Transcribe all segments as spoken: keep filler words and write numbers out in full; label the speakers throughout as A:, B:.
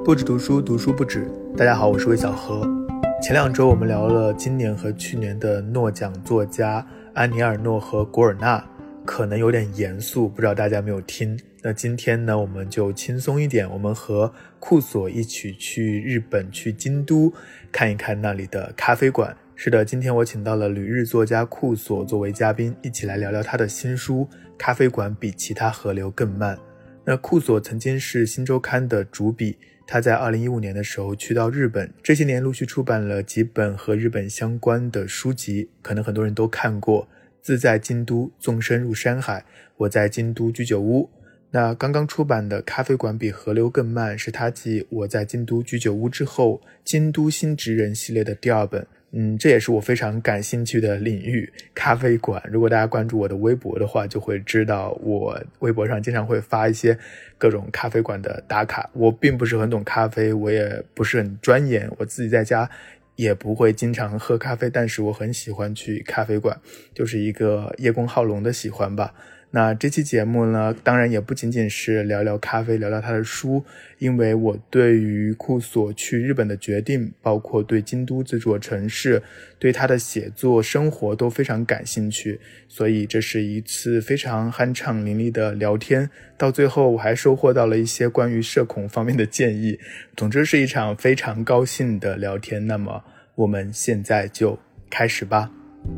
A: 不止读书，读书不止。大家好，我是魏小何。前两周我们聊了今年和去年的诺奖作家安尼尔诺和古尔纳，可能有点严肃，不知道大家有没有听。那今天呢，我们就轻松一点，我们和库索一起去日本，去京都看一看那里的咖啡馆。是的，今天我请到了旅日作家库索作为嘉宾，一起来聊聊他的新书《咖啡馆比其他河流更慢》。那库索曾经是新周刊的主笔，他在二零一五年的时候去到日本，这些年陆续出版了几本和日本相关的书籍，可能很多人都看过。自在京都，纵身入山海，我在京都居酒屋。那刚刚出版的《咖啡馆比河流更慢》是他继我在京都居酒屋之后，京都新职人系列的第二本。嗯，这也是我非常感兴趣的领域，咖啡馆。如果大家关注我的微博的话，就会知道我微博上经常会发一些各种咖啡馆的打卡。我并不是很懂咖啡，我也不是很钻研，我自己在家也不会经常喝咖啡，但是我很喜欢去咖啡馆，就是一个叶公好龙的喜欢吧。那这期节目呢，当然也不仅仅是聊聊咖啡，聊聊他的书，因为我对于库索去日本的决定，包括对京都这座城市，对他的写作生活都非常感兴趣，所以这是一次非常酣畅淋漓的聊天。到最后我还收获到了一些关于社恐方面的建议，总之是一场非常高兴的聊天。那么我们现在就开始吧。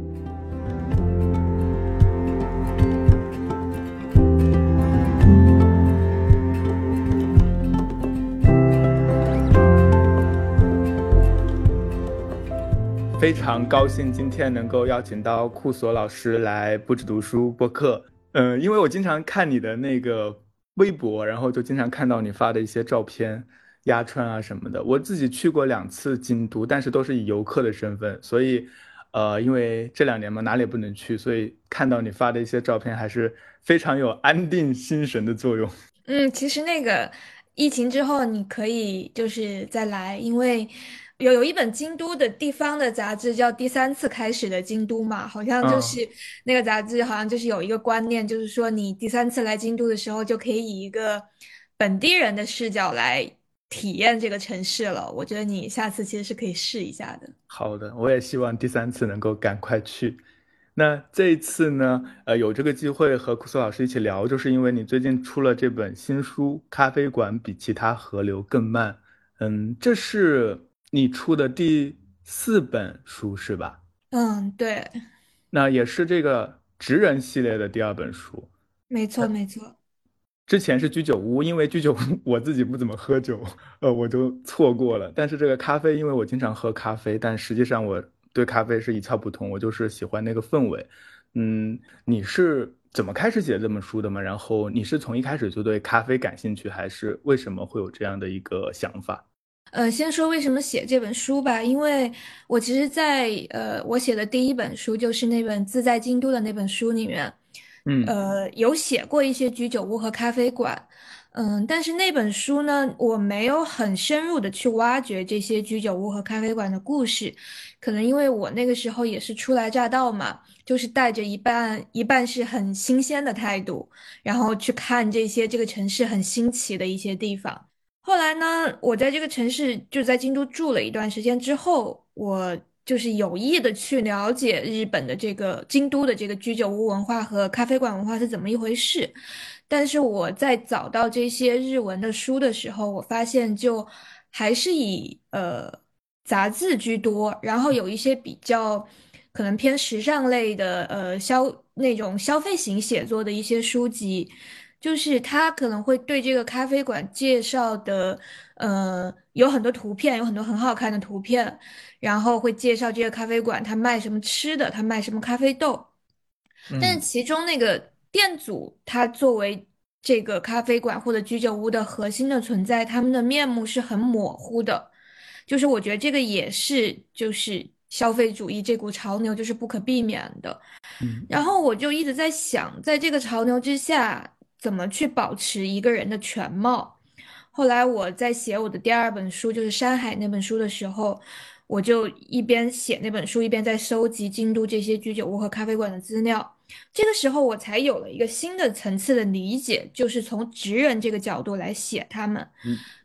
A: 非常高兴今天能够邀请到库索老师来不止读书播客。嗯，因为我经常看你的那个微博，然后就经常看到你发的一些照片、鸭川啊什么的。我自己去过两次京都，但是都是以游客的身份，所以呃，因为这两年嘛哪里也不能去，所以看到你发的一些照片还是非常有安定心神的作用。
B: 嗯，其实那个疫情之后，你可以就是再来，因为有有一本京都的地方的杂志叫《第三次开始的京都》嘛，好像就是
A: 嗯，
B: 那个杂志好像就是有一个观念，就是说你第三次来京都的时候，就可以以一个本地人的视角来体验这个城市了。我觉得你下次其实是可以试一下的。
A: 好的，我也希望第三次能够赶快去。那这一次呢，呃，有这个机会和库索老师一起聊，就是因为你最近出了这本新书《咖啡馆比其他河流更慢》。嗯，这是你出的第四本书是吧？
B: 嗯，对，
A: 那也是这个职人系列的第二本书。
B: 没错没错。
A: 之前是居酒屋，因为居酒屋我自己不怎么喝酒，呃，我就错过了。但是这个咖啡，因为我经常喝咖啡，但实际上我对咖啡是一窍不通，我就是喜欢那个氛围。嗯，你是怎么开始写这本书的吗？然后你是从一开始就对咖啡感兴趣，还是为什么会有这样的一个想法？
B: 呃，先说为什么写这本书吧，因为我其实在，呃，我写的第一本书就是那本《自在京都》的那本书里面，
A: 嗯
B: 呃，有写过一些居酒屋和咖啡馆，嗯，但是那本书呢，我没有很深入的去挖掘这些居酒屋和咖啡馆的故事，可能因为我那个时候也是初来乍到嘛，就是带着一半一半是很新鲜的态度，然后去看这些这个城市很新奇的一些地方。后来呢，我在这个城市就在京都住了一段时间之后，我就是有意的去了解日本的这个京都的这个居酒屋文化和咖啡馆文化是怎么一回事。但是我在找到这些日文的书的时候，我发现就还是以呃杂志居多，然后有一些比较可能偏时尚类的呃消那种消费型写作的一些书籍。就是他可能会对这个咖啡馆介绍的，呃，有很多图片，有很多很好看的图片，然后会介绍这个咖啡馆它卖什么吃的，它卖什么咖啡豆。但是
A: 嗯
B: 其中那个店主，他作为这个咖啡馆或者居酒屋的核心的存在，他们的面目是很模糊的。就是我觉得这个也是，就是消费主义这股潮流就是不可避免的。
A: 嗯
B: 然后我就一直在想，在这个潮流之下，怎么去保持一个人的全貌。后来我在写我的第二本书，就是《山海》那本书的时候，我就一边写那本书，一边在收集京都这些居酒屋和咖啡馆的资料。这个时候，我才有了一个新的层次的理解，就是从职人这个角度来写他们。
A: 嗯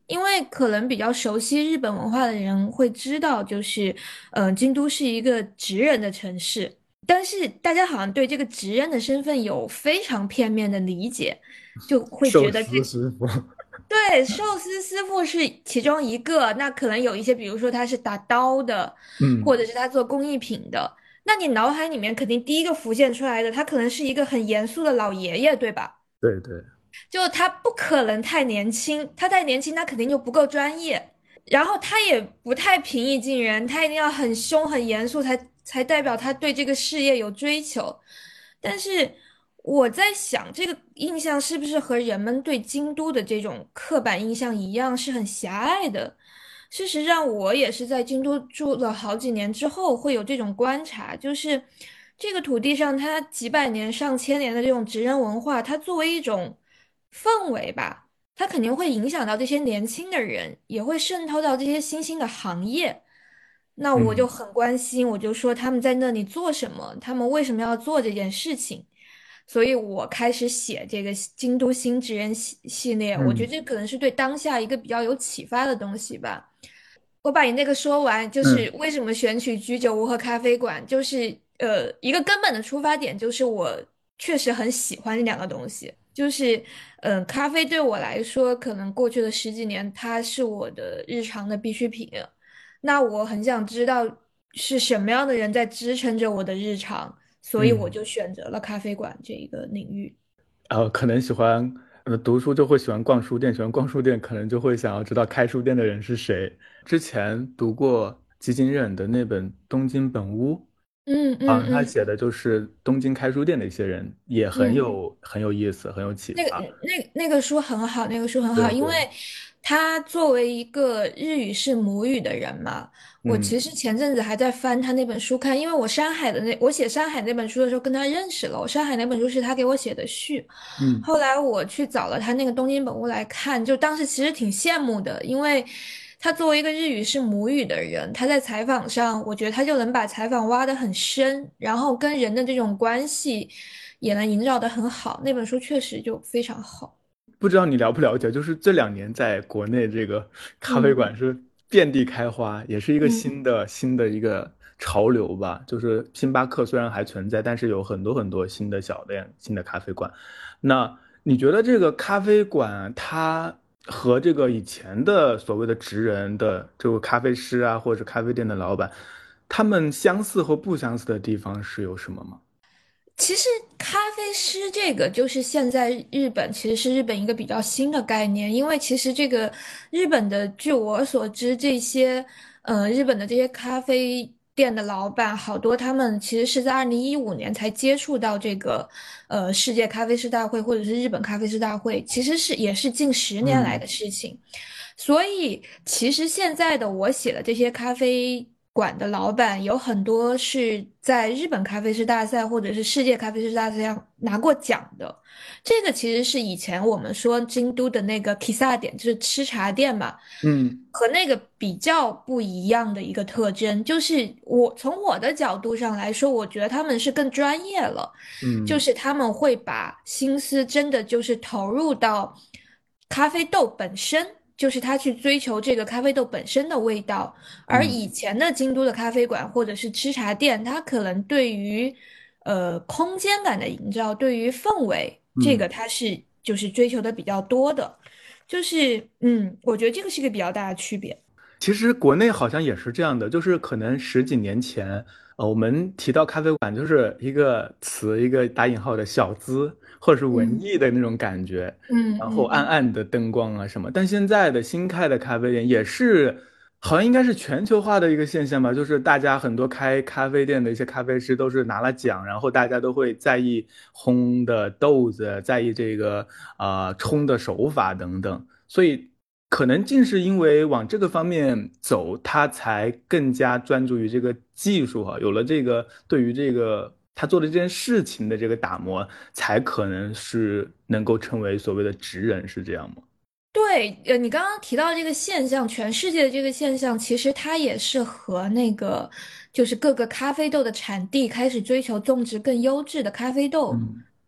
B: 因为可能比较熟悉日本文化的人会知道，就是，嗯、京都是一个职人的城市，但是大家好像对这个职人的身份有非常片面的理解，就会
A: 寿
B: 觉得这
A: 司师傅。
B: 对寿司师傅是其中一个，那可能有一些，比如说他是打刀的，或
A: 嗯，
B: 者是他做工艺品的，那你脑海里面肯定第一个浮现出来的，他可能是一个很严肃的老爷爷，对吧？
A: 对对。
B: 就他不可能太年轻，他太年轻，他肯定就不够专业，然后他也不太平易近人，他一定要很凶很严肃才才代表他对这个事业有追求。但是我在想，这个印象是不是和人们对京都的这种刻板印象一样，是很狭隘的？事实上，我也是在京都住了好几年之后，会有这种观察，就是这个土地上，它几百年、上千年的这种职人文化，它作为一种氛围吧，它肯定会影响到这些年轻的人，也会渗透到这些新兴的行业。那我就
A: 嗯
B: 很关心，我就说他们在那里做什么，他们为什么要做这件事情。所以我开始写这个京都新职人系系列，我觉得
A: 嗯
B: 这可能是对当下一个比较有启发的东西吧。我把你那个说完，就是
A: 嗯
B: 为什么选取居酒屋和咖啡馆，就是呃一个根本的出发点，就是我确实很喜欢这两个东西。就是嗯、呃咖啡对我来说，可能过去的十几年，它是我的日常的必需品。那我很想知道是什么样的人在支撑着我的日常，所以我
A: 嗯。
B: 就选择了咖啡馆这一个领域。
A: 呃，可能喜欢呃读书就会喜欢逛书店，喜欢逛书店可能就会想要知道开书店的人是谁。之前读过吉井忍的那本《东京本屋》，
B: 嗯
A: 啊，
B: 嗯嗯
A: 他写的就是东京开书店的一些人，也很
B: 嗯。
A: 有很有意思，很有启
B: 那个
A: 发。
B: 那那个书很好，那个书很好，因为
A: 对对。
B: 他作为一个日语是母语的人嘛，我其
A: 嗯
B: 实前阵子还在翻他那本书看，因为我山海的那我写山海那本书的时候跟他认识了，我山海那本书是他给我写的序，
A: 嗯
B: 后来我去找了他那个东京本屋来看，就当时其实挺羡慕的，因为他作为一个日语是母语的人，他在采访上，我觉得他就能把采访挖得很深，然后跟人的这种关系也能营造得很好。那本书确实就非常好。
A: 不知道你了不了解，就是这两年在国内这个咖啡
B: 嗯
A: 馆是遍地开花，也是一个
B: 嗯。
A: 新的新的一个潮流吧。就是星巴克虽然还存在，但是有很多很多新的小店、新的咖啡馆。那你觉得这个咖啡馆它和这个以前的所谓的职人的这个咖啡师啊，或者咖啡店的老板，他们相似或不相似的地方是有什么吗？
B: 其实咖啡师这个就是现在日本其实是日本一个比较新的概念，因为其实这个日本的，据我所知，这些呃日本的这些咖啡店的老板，好多他们其实是在二零一五年才接触到这个呃世界咖啡师大会或者是日本咖啡师大会，其实是也是近十年来的
A: 嗯
B: 事情。所以其实现在的我写的这些咖啡馆的老板有很多是在日本咖啡师大赛或者是世界咖啡师大赛上拿过奖的。这个其实是以前我们说京都的那个 Kissa 店，就是吃茶店嘛，
A: 嗯
B: 和那个比较不一样的一个特征，就是我从我的角度上来说，我觉得他们是更专业了，就
A: 嗯
B: 是他们会把心思真的就是投入到咖啡豆本身。就是他去追求这个咖啡豆本身的味道，而
A: 嗯
B: 以前的京都的咖啡馆或者是吃茶店，它可能对于呃空间感的营造，对于氛围，这个
A: 嗯。
B: 它是就是追求的比较多的，就是嗯，我觉得这个是一个比较大的区别。
A: 其实国内好像也是这样的，就是可能十几年前，呃，我们提到咖啡馆就是一个词，一个打引号的小资或者是文
B: 嗯
A: 艺的那种感觉，
B: 嗯
A: 然后暗
B: 嗯嗯。
A: 暗的灯光啊什么。但现在的新开的咖啡店也是，好像应该是全球化的一个现象吧，就是大家很多开咖啡店的一些咖啡师都是拿了奖，然后大家都会在意烘的豆子，在意这个啊、呃冲的手法等等。所以可能正是因为往这个方面走，他才更加专注于这个技术哈，有了这个对于这个他做的这件事情的这个打磨，才可能是能够成为所谓的职人，是这样吗？
B: 对，呃，你刚刚提到这个现象，全世界的这个现象，其实它也是和那个，就是各个咖啡豆的产地开始追求种植更优质的咖啡豆，
A: 嗯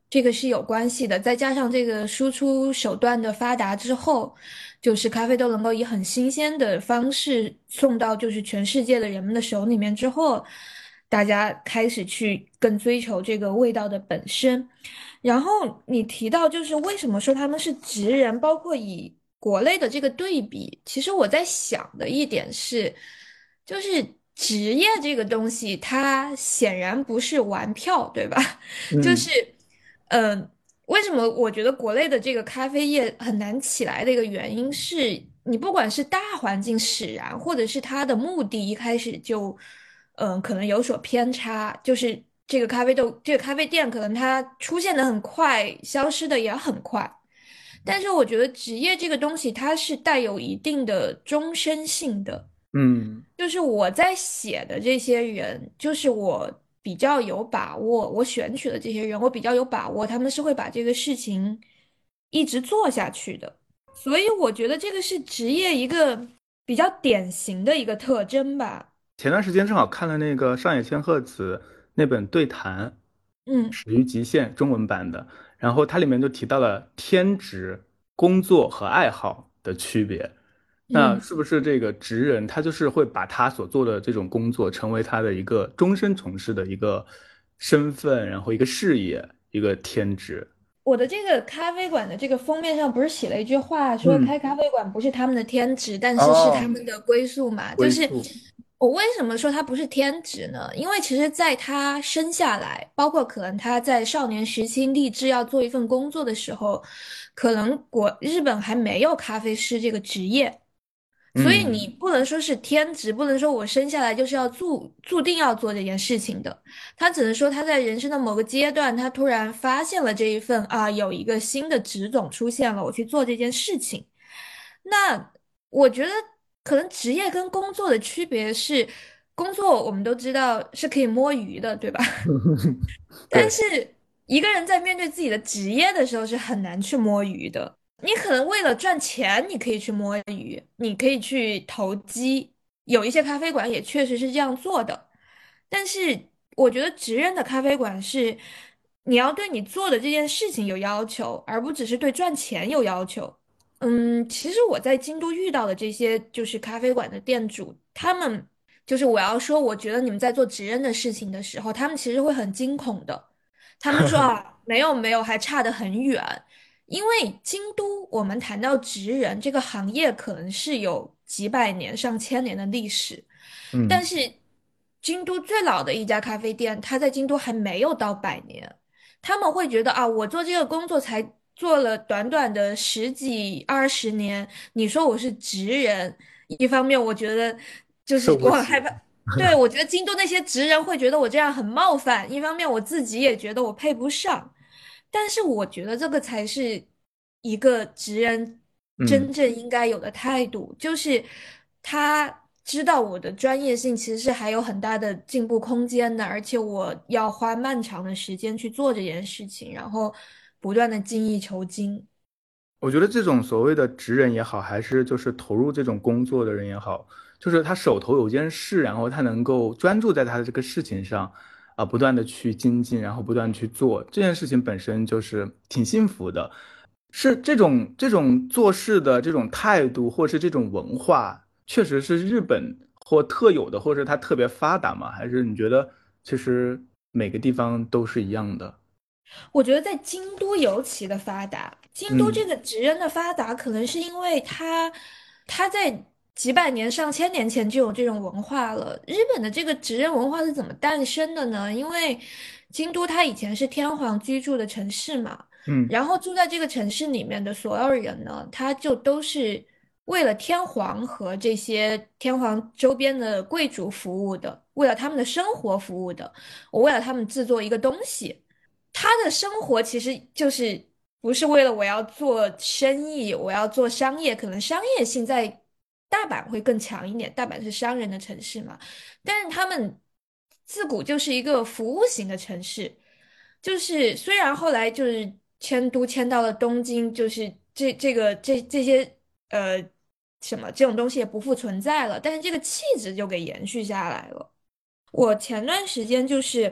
B: 这个是有关系的。再加上这个输出手段的发达之后，就是咖啡豆能够以很新鲜的方式送到就是全世界的人们的手里面之后，大家开始去更追求这个味道的本身。然后你提到就是为什么说他们是职人，包括以国内的这个对比，其实我在想的一点是，就是职业这个东西，它显然不是玩票，对吧？就
A: 嗯
B: 是，嗯、为什么我觉得国内的这个咖啡业很难起来的一个原因是，你不管是大环境使然，或者是它的目的一开始就，嗯、可能有所偏差，就是这个咖啡豆，这个咖啡店可能它出现的很快，消失的也很快。但是我觉得职业这个东西，它是带有一定的终身性的。
A: 嗯。
B: 就是我在写的这些人，就是我比较有把握，我选取的这些人，我比较有把握，他们是会把这个事情一直做下去的。所以我觉得这个是职业一个比较典型的一个特征吧。
A: 前段时间正好看了那个上野千鹤子那本对谈
B: 嗯
A: 《始于极限》中文版的，然后它里面就提到了天职、工作和爱好的区别。那
B: 嗯。
A: 是不是这个职人他就是会把他所做的这种工作成为他的一个终身从事的一个身份，然后一个事业，一个天职？
B: 我的这个咖啡馆的这个封面上不是写了一句话，说
A: 嗯，
B: 开咖啡馆不是他们的天职，但是是他
A: 哦，
B: 们的归宿嘛。就是
A: 归宿。
B: 我为什么说他不是天职呢？因为其实在他生下来，包括可能他在少年时期立志要做一份工作的时候，可能国日本还没有咖啡师这个职业。所以你
A: 嗯，
B: 不能说是天职，不能说我生下来就是要注注定要做这件事情的。他只能说他在人生的某个阶段，他突然发现了这一份啊，有一个新的职种出现了，我去做这件事情。那我觉得可能职业跟工作的区别是，工作我们都知道是可以摸鱼的，对吧？但
A: 对，
B: 是一个人在面对自己的职业的时候是很难去摸鱼的。你可能为了赚钱，你可以去摸鱼，你可以去投机，有一些咖啡馆也确实是这样做的。但是我觉得职人的咖啡馆是你要对你做的这件事情有要求，而不只是对赚钱有要求。嗯，其实我在京都遇到的这些就是咖啡馆的店主，他们就是我要说，我觉得你们在做职人的事情的时候，他们其实会很惊恐的。他们说啊，没有没有，还差得很远。因为京都，我们谈到职人这个行业，可能是有几百年、上千年的历史，但
A: 嗯。
B: 是京都最老的一家咖啡店，它在京都还没有到百年。他们会觉得啊，我做这个工作才做了短短的十几二十年，你说我是职人，一方面我觉得就是
A: 受不起。
B: 我很害怕。对，我觉得京都那些职人会觉得我这样很冒犯，一方面我自己也觉得我配不上。但是我觉得这个才是一个职人
A: 嗯。
B: 真正应该有的态度，就是他知道我的专业性其实是还有很大的进步空间的，而且我要花漫长的时间去做这件事情，然后不断的精益求精。
A: 我觉得这种所谓的职人也好，还是就是投入这种工作的人也好，就是他手头有件事，然后他能够专注在他的这个事情上，啊、不断的去精进，然后不断地去做这件事情本身就是挺幸福的。是这种这种做事的这种态度，或是这种文化，确实是日本或特有的，或者它特别发达吗？还是你觉得其实每个地方都是一样的？
B: 我觉得在京都尤其的发达。京都
A: 嗯
B: 这个职人的发达，可能是因为它，它在几百年、上千年前就有这种文化了。日本的这个职人文化是怎么诞生的呢？因为京都它以前是天皇居住的城市嘛，
A: 嗯
B: 然后住在这个城市里面的所有人呢，他就都是为了天皇和这些天皇周边的贵族服务的，为了他们的生活服务的。我为了他们制作一个东西。他的生活其实就是不是为了我要做生意，我要做商业，可能商业性在大阪会更强一点，大阪是商人的城市嘛，但是他们自古就是一个服务型的城市，就是虽然后来就是迁都迁到了东京，就是这这个这这些呃什么这种东西也不复存在了，但是这个气质就给延续下来了。我前段时间就是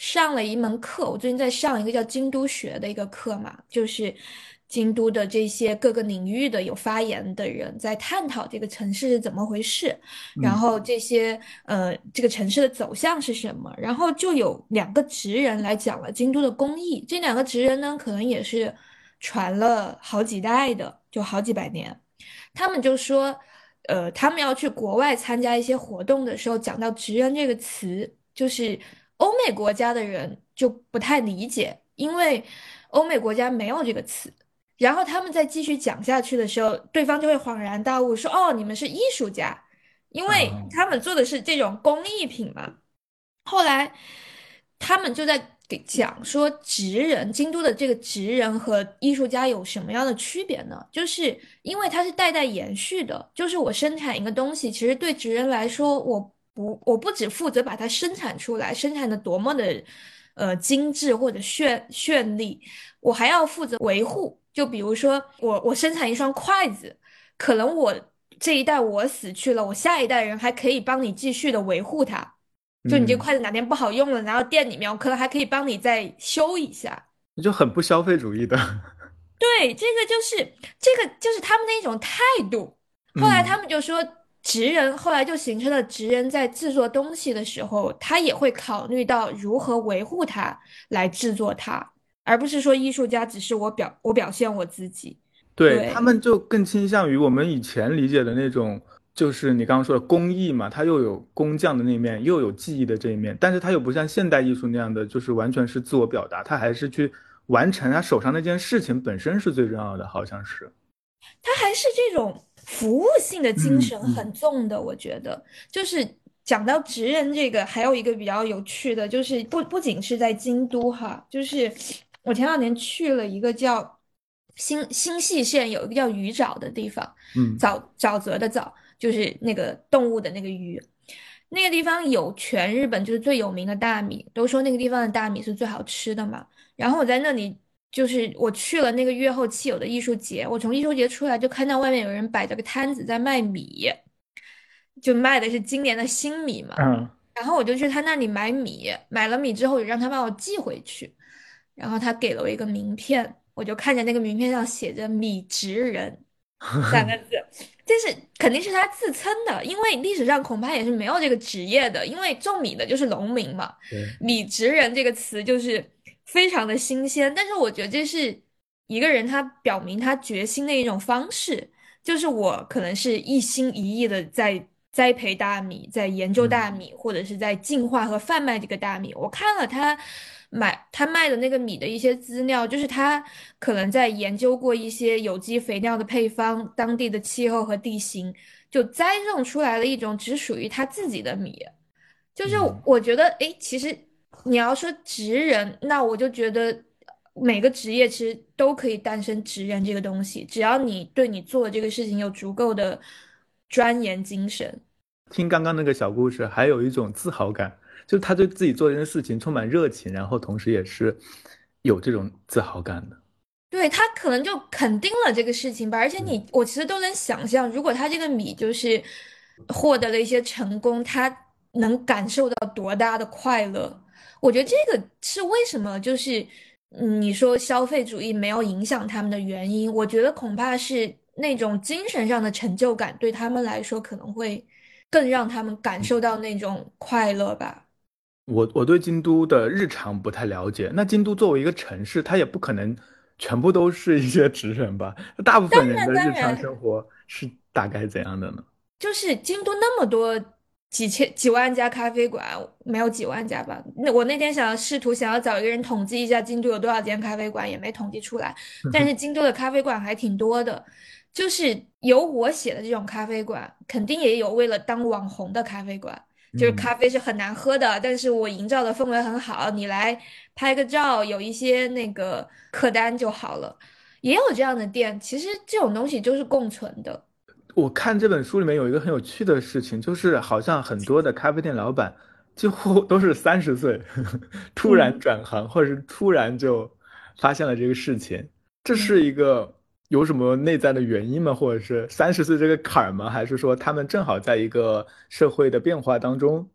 B: 上了一门课，我最近在上一个叫京都学的一个课嘛，就是京都的这些各个领域的有发言的人在探讨这个城市是怎么回事，然
A: 嗯
B: 后这些呃这个城市的走向是什么，然后就有两个职人来讲了京都的工艺，这两个职人呢可能也是传了好几代的，就好几百年。他们就说，呃，他们要去国外参加一些活动的时候，讲到“职人”这个词，就是欧美国家的人就不太理解，因为欧美国家没有这个词。然后他们再继续讲下去的时候，对方就会恍然大悟，说：“哦，你们是艺术家，因为
A: 啊，
B: 他们做的是这种工艺品嘛。”后来他们就在给讲说，职人，京都的这个职人和艺术家有什么样的区别呢？就是因为它是代代延续的，就是我生产一个东西，其实对职人来说，我不我不只负责把它生产出来，生产的多么的呃精致或者绚绚丽，我还要负责维护。就比如说我我生产一双筷子，可能我这一代我死去了，我下一代人还可以帮你继续的维护它。就你这
A: 嗯，
B: 筷子哪天不好用了，然后店里面我可能还可以帮你再修一下。
A: 就很不消费主义的。
B: 对，这个就是这个就是他们的一种态度。后来他
A: 嗯
B: 们就说，职人后来就形成了职人在制作东西的时候，他也会考虑到如何维护它来制作它，而不是说艺术家只是我表我表现我自己。
A: 对，他
B: 对。
A: 们就更倾向于我们以前理解的那种，就是你刚刚说的工艺嘛，它又有工匠的那一面，又有技艺的这一面，但是它又不像现代艺术那样的，就是完全是自我表达，他还是去完成他手上那件事情本身是最重要的，好像是。
B: 他还是这种服务性的精神
A: 嗯嗯
B: 很重的，我觉得。就是讲到职人这个，还有一个比较有趣的，就是不不仅是在京都哈，就是我前两年去了一个叫新新舄县有一个叫鱼沼的地方，
A: 嗯
B: 沼沼泽的沼，就是那个动物的那个鱼。那个地方有全日本就是最有名的大米，都说那个地方的大米是最好吃的嘛。然后我在那里，就是我去了那个越后妻有的艺术节，我从艺术节出来就看到外面有人摆着个摊子在卖米，就卖的是今年的新米嘛。
A: 嗯，
B: 然后我就去他那里买米，买了米之后，我就让他帮我寄回去，然后他给了我一个名片，我就看见那个名片上写着"米职人"三个字，这是肯定是他自称的，因为历史上恐怕也是没有这个职业的，因为种米的就是农民嘛，
A: 对，
B: 米职人这个词就是非常的新鲜，但是我觉得这是一个人他表明他决心的一种方式。就是我可能是一心一意的在栽培大米，在研究大
A: 嗯
B: 米，或者是在进化和贩卖这个大米。我看了他买他卖的那个米的一些资料，就是他可能在研究过一些有机肥料的配方、当地的气候和地形，就栽种出来了一种只属于他自己的米。就是
A: 嗯。
B: 我觉得，诶，其实你要说职人，那我就觉得每个职业其实都可以诞生职人这个东西，只要你对你做的这个事情有足够的钻研精神。
A: 听刚刚那个小故事，还有一种自豪感，就是他对自己做这件事情充满热情，然后同时也是有这种自豪感的。
B: 对，他可能就肯定了这个事情吧，而且
A: 嗯
B: 你，我其实都能想象，如果他这个米就是获得了一些成功，他能感受到多大的快乐。我觉得这个是为什么就是嗯你说消费主义没有影响他们的原因。我觉得恐怕是那种精神上的成就感对他们来说可能会更让他们感受到那种快乐吧。
A: 我我对京都的日常不太了解。那京都作为一个城市，它也不可能全部都是一些职人吧？大部分人的日常
B: 当然，
A: 生活是大概怎样的呢？
B: 就是京都那么多几千几万家咖啡馆，没有几万家吧？那我那天想要试图想要找一个人统计一下京都有多少间咖啡馆，也没统计出来。但是京都的咖啡馆还挺多的，就是有我写的这种咖啡馆，肯定也有为了当网红的咖啡馆。就是
A: 嗯，
B: 咖啡是很难喝的，但是我营造的氛围很好，你来拍个照，有一些那个客单就好了。也有这样的店，其实这种东西就是共存的。
A: 我看这本书里面有一个很有趣的事情，就是好像很多的咖啡店老板几乎都是三十岁突然
B: 嗯。
A: 转行，或者是突然就发现了这个事情。这
B: 嗯。
A: 是一个有什么内在的原因吗？或者是三十岁这个坎儿吗？还是说他们正好在一个社会的变化当中？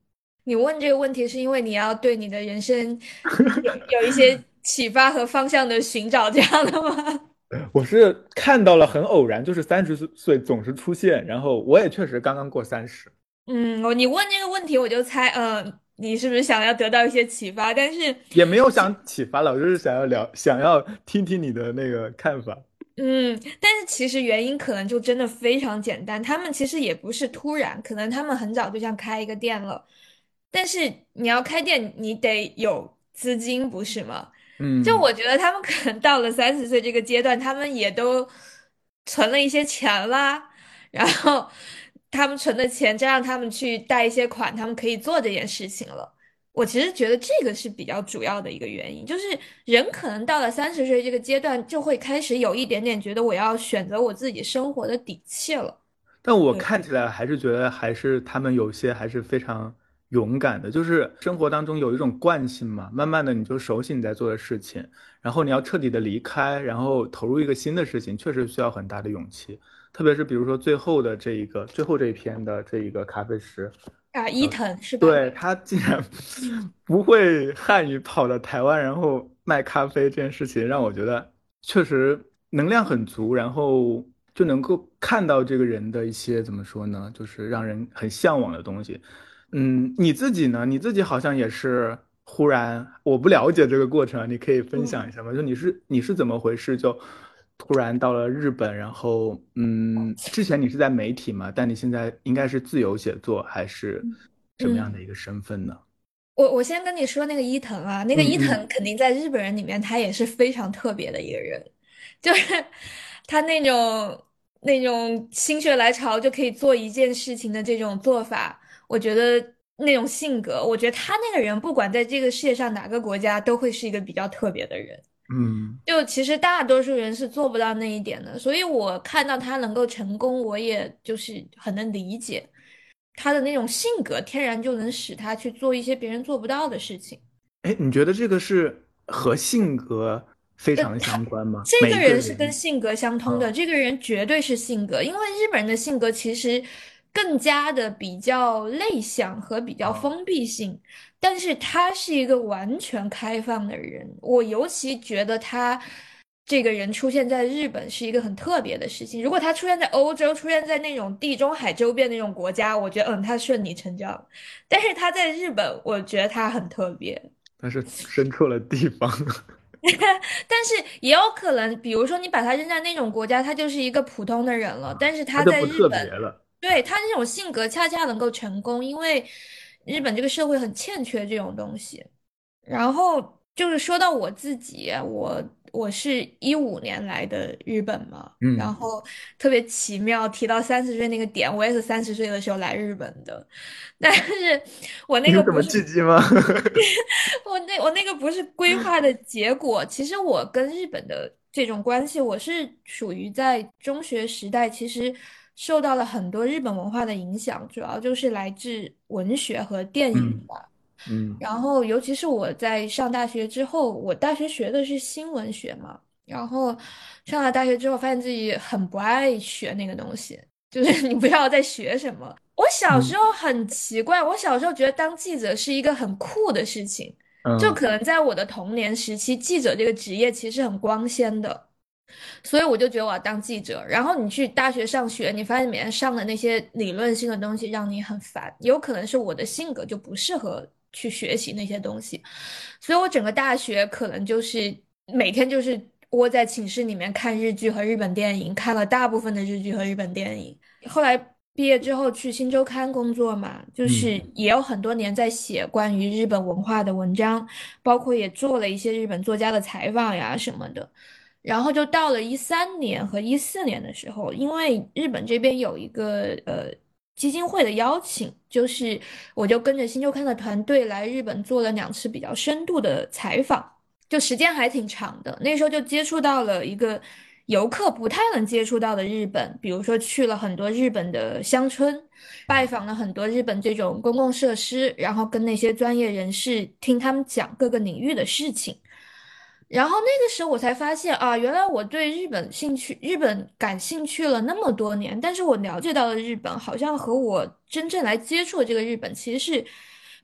B: 你问这个问题是因为你要对你的人生有有一些启发和方向的寻找，这样的吗？
A: 我是看到了很偶然，就是三十岁总是出现，然后我也确实刚刚过三十。
B: 嗯，我你问这个问题，我就猜，嗯，你是不是想要得到一些启发？但是，
A: 也没有想启发了，我就是想要聊，想要听听你的那个看法。
B: 嗯，但是其实原因可能就真的非常简单，他们其实也不是突然，可能他们很早就想开一个店了，但是你要开店，你得有资金，不是吗？就
A: 嗯。
B: 我觉得他们可能到了三十岁这个阶段，他们也都存了一些钱啦，然后他们存的钱，再让他们去贷一些款，他们可以做这件事情了。我其实觉得这个是比较主要的一个原因，就是人可能到了三十岁这个阶段，就会开始有一点点觉得我要选择我自己生活的底气了。
A: 但我
B: 对，
A: 看起来还是觉得，还是他们有些还是非常勇敢的，就是生活当中有一种惯性嘛，慢慢的你就熟悉你在做的事情，然后你要彻底的离开，然后投入一个新的事情，确实需要很大的勇气。特别是比如说最后的这一个，最后这一篇的这一个咖啡师，
B: 啊，伊藤是吧？
A: 对，他竟然不会汉语，跑到台湾，然后卖咖啡这件事情，让我觉得确实能量很足，然后就能够看到这个人的一些怎么说呢，就是让人很向往的东西。嗯，你自己呢？你自己好像也是忽然，我不了解这个过程啊，你可以分享
B: 嗯。
A: 一下吗？就你是你是怎么回事？就突然到了日本，然后嗯，之前你是在媒体嘛，但你现在应该是自由写作，还是什么样的
B: 嗯。
A: 一个身份呢？
B: 我我先跟你说那个伊藤啊，那个伊
A: 嗯嗯
B: 藤肯定在日本人里面他也是非常特别的一个人，就是他那种那种心血来潮就可以做一件事情的这种做法，我觉得那种性格，我觉得他那个人不管在这个世界上哪个国家都会是一个比较特别的人。
A: 嗯。
B: 就其实大多数人是做不到那一点的，所以我看到他能够成功，我也就是很能理解他的那种性格，天然就能使他去做一些别人做不到的事情。
A: 哎，你觉得这个是和性格非常相关吗？
B: 这个
A: 每一个
B: 人是跟
A: 人。
B: 性格相通的，
A: 嗯。
B: 这个人绝对是性格，因为日本人的性格其实更加的比较内向和比较
A: 啊。
B: 封闭性，但是他是一个完全开放的人。我尤其觉得他这个人出现在日本是一个很特别的事情。如果他出现在欧洲，出现在那种地中海周边那种国家，我觉得嗯，他顺理成章。但是他在日本，我觉得他很特别。
A: 但是生错了地方。
B: 但是也有可能，比如说你把他扔在那种国家，他就是一个普通的人了。但是他
A: 他就不特
B: 在日本，
A: 别了。
B: 对，他这种性格恰恰能够成功，因为日本这个社会很欠缺这种东西。然后就是说到我自己，我我是一五年来的日本嘛，然
A: 嗯。
B: 后特别奇妙，提到三十岁那个点，我也是三十岁的时候来日本的，但是我那
A: 有什么
B: 个不是。
A: 契机吗？
B: 我那我那个不是规划的结果。其实我跟日本的这种关系，我是属于在中学时代，其实受到了很多日本文化的影响，主要就是来自文学和电影
A: 嗯
B: 吧。
A: 嗯
B: 然后，尤其是我在上大学之后，我大学学的是新闻学嘛，然后上了大学之后，发现自己很不爱学那个东西，就是你不知道在学什么。我小时
A: 嗯
B: 候很奇怪，我小时候觉得当记者是一个很酷的事情，就
A: 嗯
B: 可能在我的童年时期，记者这个职业其实很光鲜的，所以我就觉得我要当记者。然后你去大学上学，你发现每天上的那些理论性的东西让你很烦，有可能是我的性格就不适合去学习那些东西，所以我整个大学可能就是每天就是窝在寝室里面看日剧和日本电影，看了大部分的日剧和日本电影。后来毕业之后去新周刊工作嘛，就是
A: 嗯
B: 也有很多年在写关于日本文化的文章，包括也做了一些日本作家的采访呀什么的。然后就到了一三年和一四年的时候，因为日本这边有一个呃基金会的邀请，就是我就跟着新周刊的团队来日本做了两次比较深度的采访，就时间还挺长的。那时候就接触到了一个游客不太能接触到的日本，比如说去了很多日本的乡村，拜访了很多日本这种公共设施，然后跟那些专业人士听他们讲各个领域的事情。然后那个时候我才发现啊，原来我对日本兴趣，日本感兴趣了那么多年，但是我了解到的日本好像和我真正来接触的这个日本其实是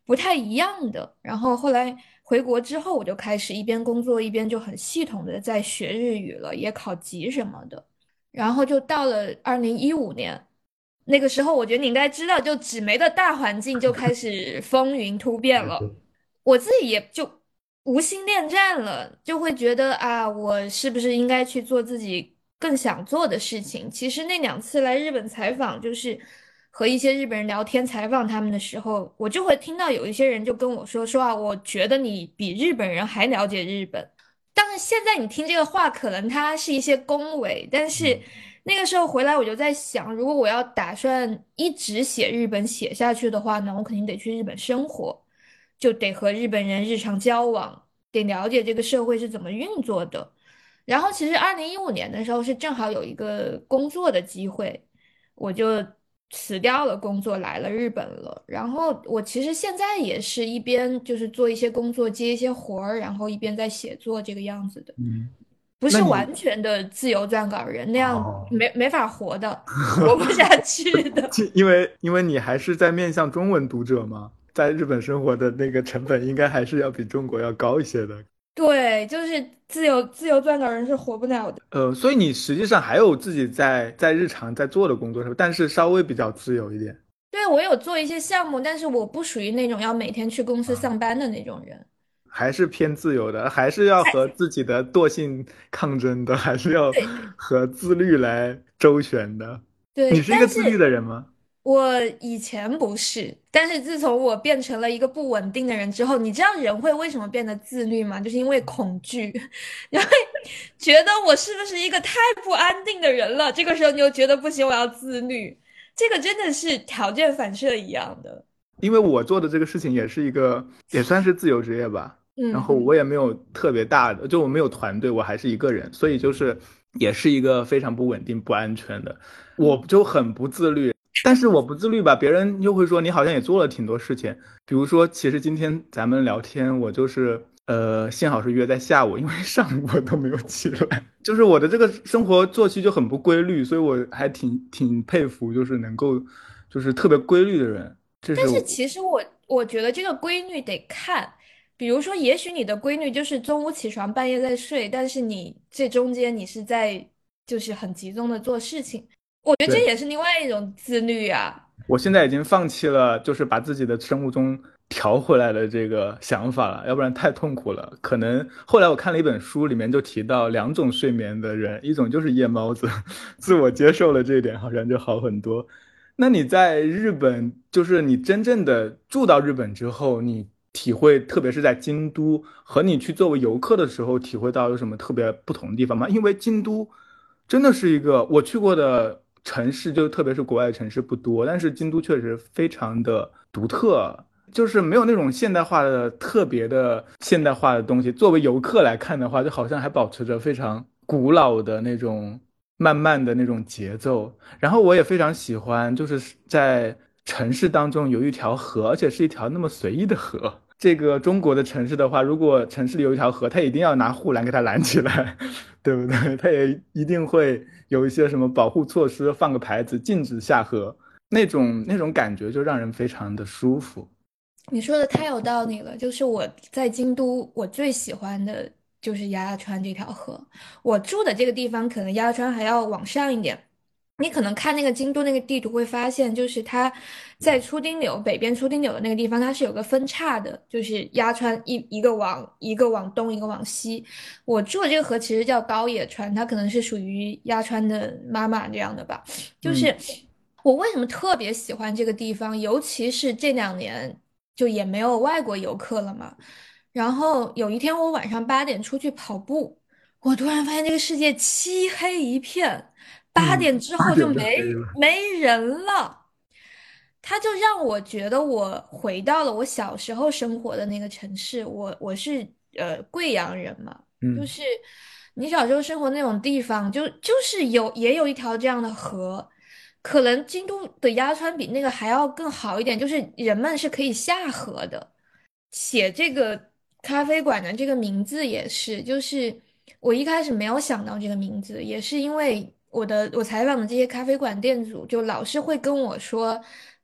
B: 不太一样的。然后后来回国之后，我就开始一边工作一边就很系统的在学日语了，也考级什么的。然后就到了二零一五年，那个时候我觉得你应该知道，就纸媒的大环境就开始风云突变了。我自己也就无心恋战了，就会觉得啊，我是不是应该去做自己更想做的事情？其实那两次来日本采访，就是和一些日本人聊天，采访他们的时候，我就会听到有一些人就跟我说说啊，我觉得你比日本人还了解日本。当然，现在你听这个话，可能它是一些恭维，但是那个时候回来，我就在想，如果我要打算一直写日本写下去的话呢，我肯定得去日本生活，就得和日本人日常交往，得了解这个社会是怎么运作的。然后，其实二零一五年的时候是正好有一个工作的机会，我就辞掉了工作，来了日本了。然后我其实现在也是一边就是做一些工作，接一些活儿，然后一边在写作这个样子的，
A: 嗯，
B: 不是
A: 那你
B: 完全的自由撰稿人，那样
A: 哦，
B: 没没法活的，活不下去的。
A: 其因为因为你还是在面向中文读者嘛，在日本生活的那个成本应该还是要比中国要高一些的。
B: 对，就是自由自由撰稿人是活不了的。
A: 呃，所以你实际上还有自己在在日常在做的工作是吧，但是稍微比较自由一点。
B: 对，我有做一些项目，但是我不属于那种要每天去公司上班的那种人。
A: 还是偏自由的，还是要和自己的惰性抗争的，还是要
B: 对
A: 和自律来周旋的。你
B: 对，
A: 是一个自律
B: 但是
A: 的人吗？
B: 我以前不是，但是自从我变成了一个不稳定的人之后，你知道人会为什么变得自律吗？就是因为恐惧，因为觉得我是不是一个太不安定的人了？这个时候你就觉得不行，我要自律。这个真的是条件反射一样的。
A: 因为我做的这个事情也是一个，也算是自由职业吧。然后我
B: 嗯嗯，
A: 也没有特别大的，就我没有团队，我还是一个人，所以就是也是一个非常不稳定、不安全的。我就很不自律，但是我不自律吧，别人又会说你好像也做了挺多事情。比如说，其实今天咱们聊天，我就是呃，幸好是约在下午，因为上午我都没有起来，就是我的这个生活作息就很不规律，所以我还挺挺佩服，就是能够就是特别规律的人。这是我
B: 但是其实我我觉得这个规律得看，比如说，也许你的规律就是中午起床，半夜在睡，但是你这中间你是在就是很集中的做事情，我觉得这
A: 对。
B: 也是另外一种自律啊。
A: 我现在已经放弃了，就是把自己的生物钟调回来的这个想法了，要不然太痛苦了。可能后来我看了一本书，里面就提到两种睡眠的人，一种就是夜猫子，自我接受了这一点，好像就好很多。那你在日本，就是你真正的住到日本之后，你体会，特别是在京都，和你去作为游客的时候，体会到有什么特别不同的地方吗？因为京都真的是一个我去过的城市，就特别是国外的城市不多，但是京都确实非常的独特，就是没有那种现代化的特别的现代化的东西。作为游客来看的话，就好像还保持着非常古老的那种慢慢的那种节奏。然后我也非常喜欢，就是在城市当中有一条河，而且是一条那么随意的河。这个中国的城市的话，如果城市里有一条河，它一定要拿护栏给它拦起来，对不对？它也一定会有一些什么保护措施，放个牌子禁止下河，那种那种感觉就让人非常的舒服。
B: 你说的太有道理了，就是我在京都，我最喜欢的就是鸭鸭川这条河。我住的这个地方可能鸭鸭川还要往上一点，你可能看那个京都那个地图会发现，就是它在出町柳北边出町柳的那个地方，它是有个分叉的，就是鸭川一一个往一个往东，一个往西。我住的这个河其实叫高野川，它可能是属于鸭川的妈妈这样的吧。就
A: 嗯
B: 是我为什么特别喜欢这个地方，尤其是这两年就也没有外国游客了嘛。然后有一天我晚上八点出去跑步，我突然发现这个世界漆黑一片，八
A: 嗯，
B: 点之后就
A: 八点就
B: 没
A: 黑了。
B: 没人了。它就让我觉得我回到了我小时候生活的那个城市。我我是呃贵阳人嘛，就
A: 嗯
B: 是你小时候生活那种地方，就就是有也有一条这样的河，可能京都的鸭川比那个还要更好一点，就是人们是可以下河的。写这个咖啡馆的这个名字也是，就是我一开始没有想到这个名字，也是因为我的我采访的这些咖啡馆店主就老是会跟我说。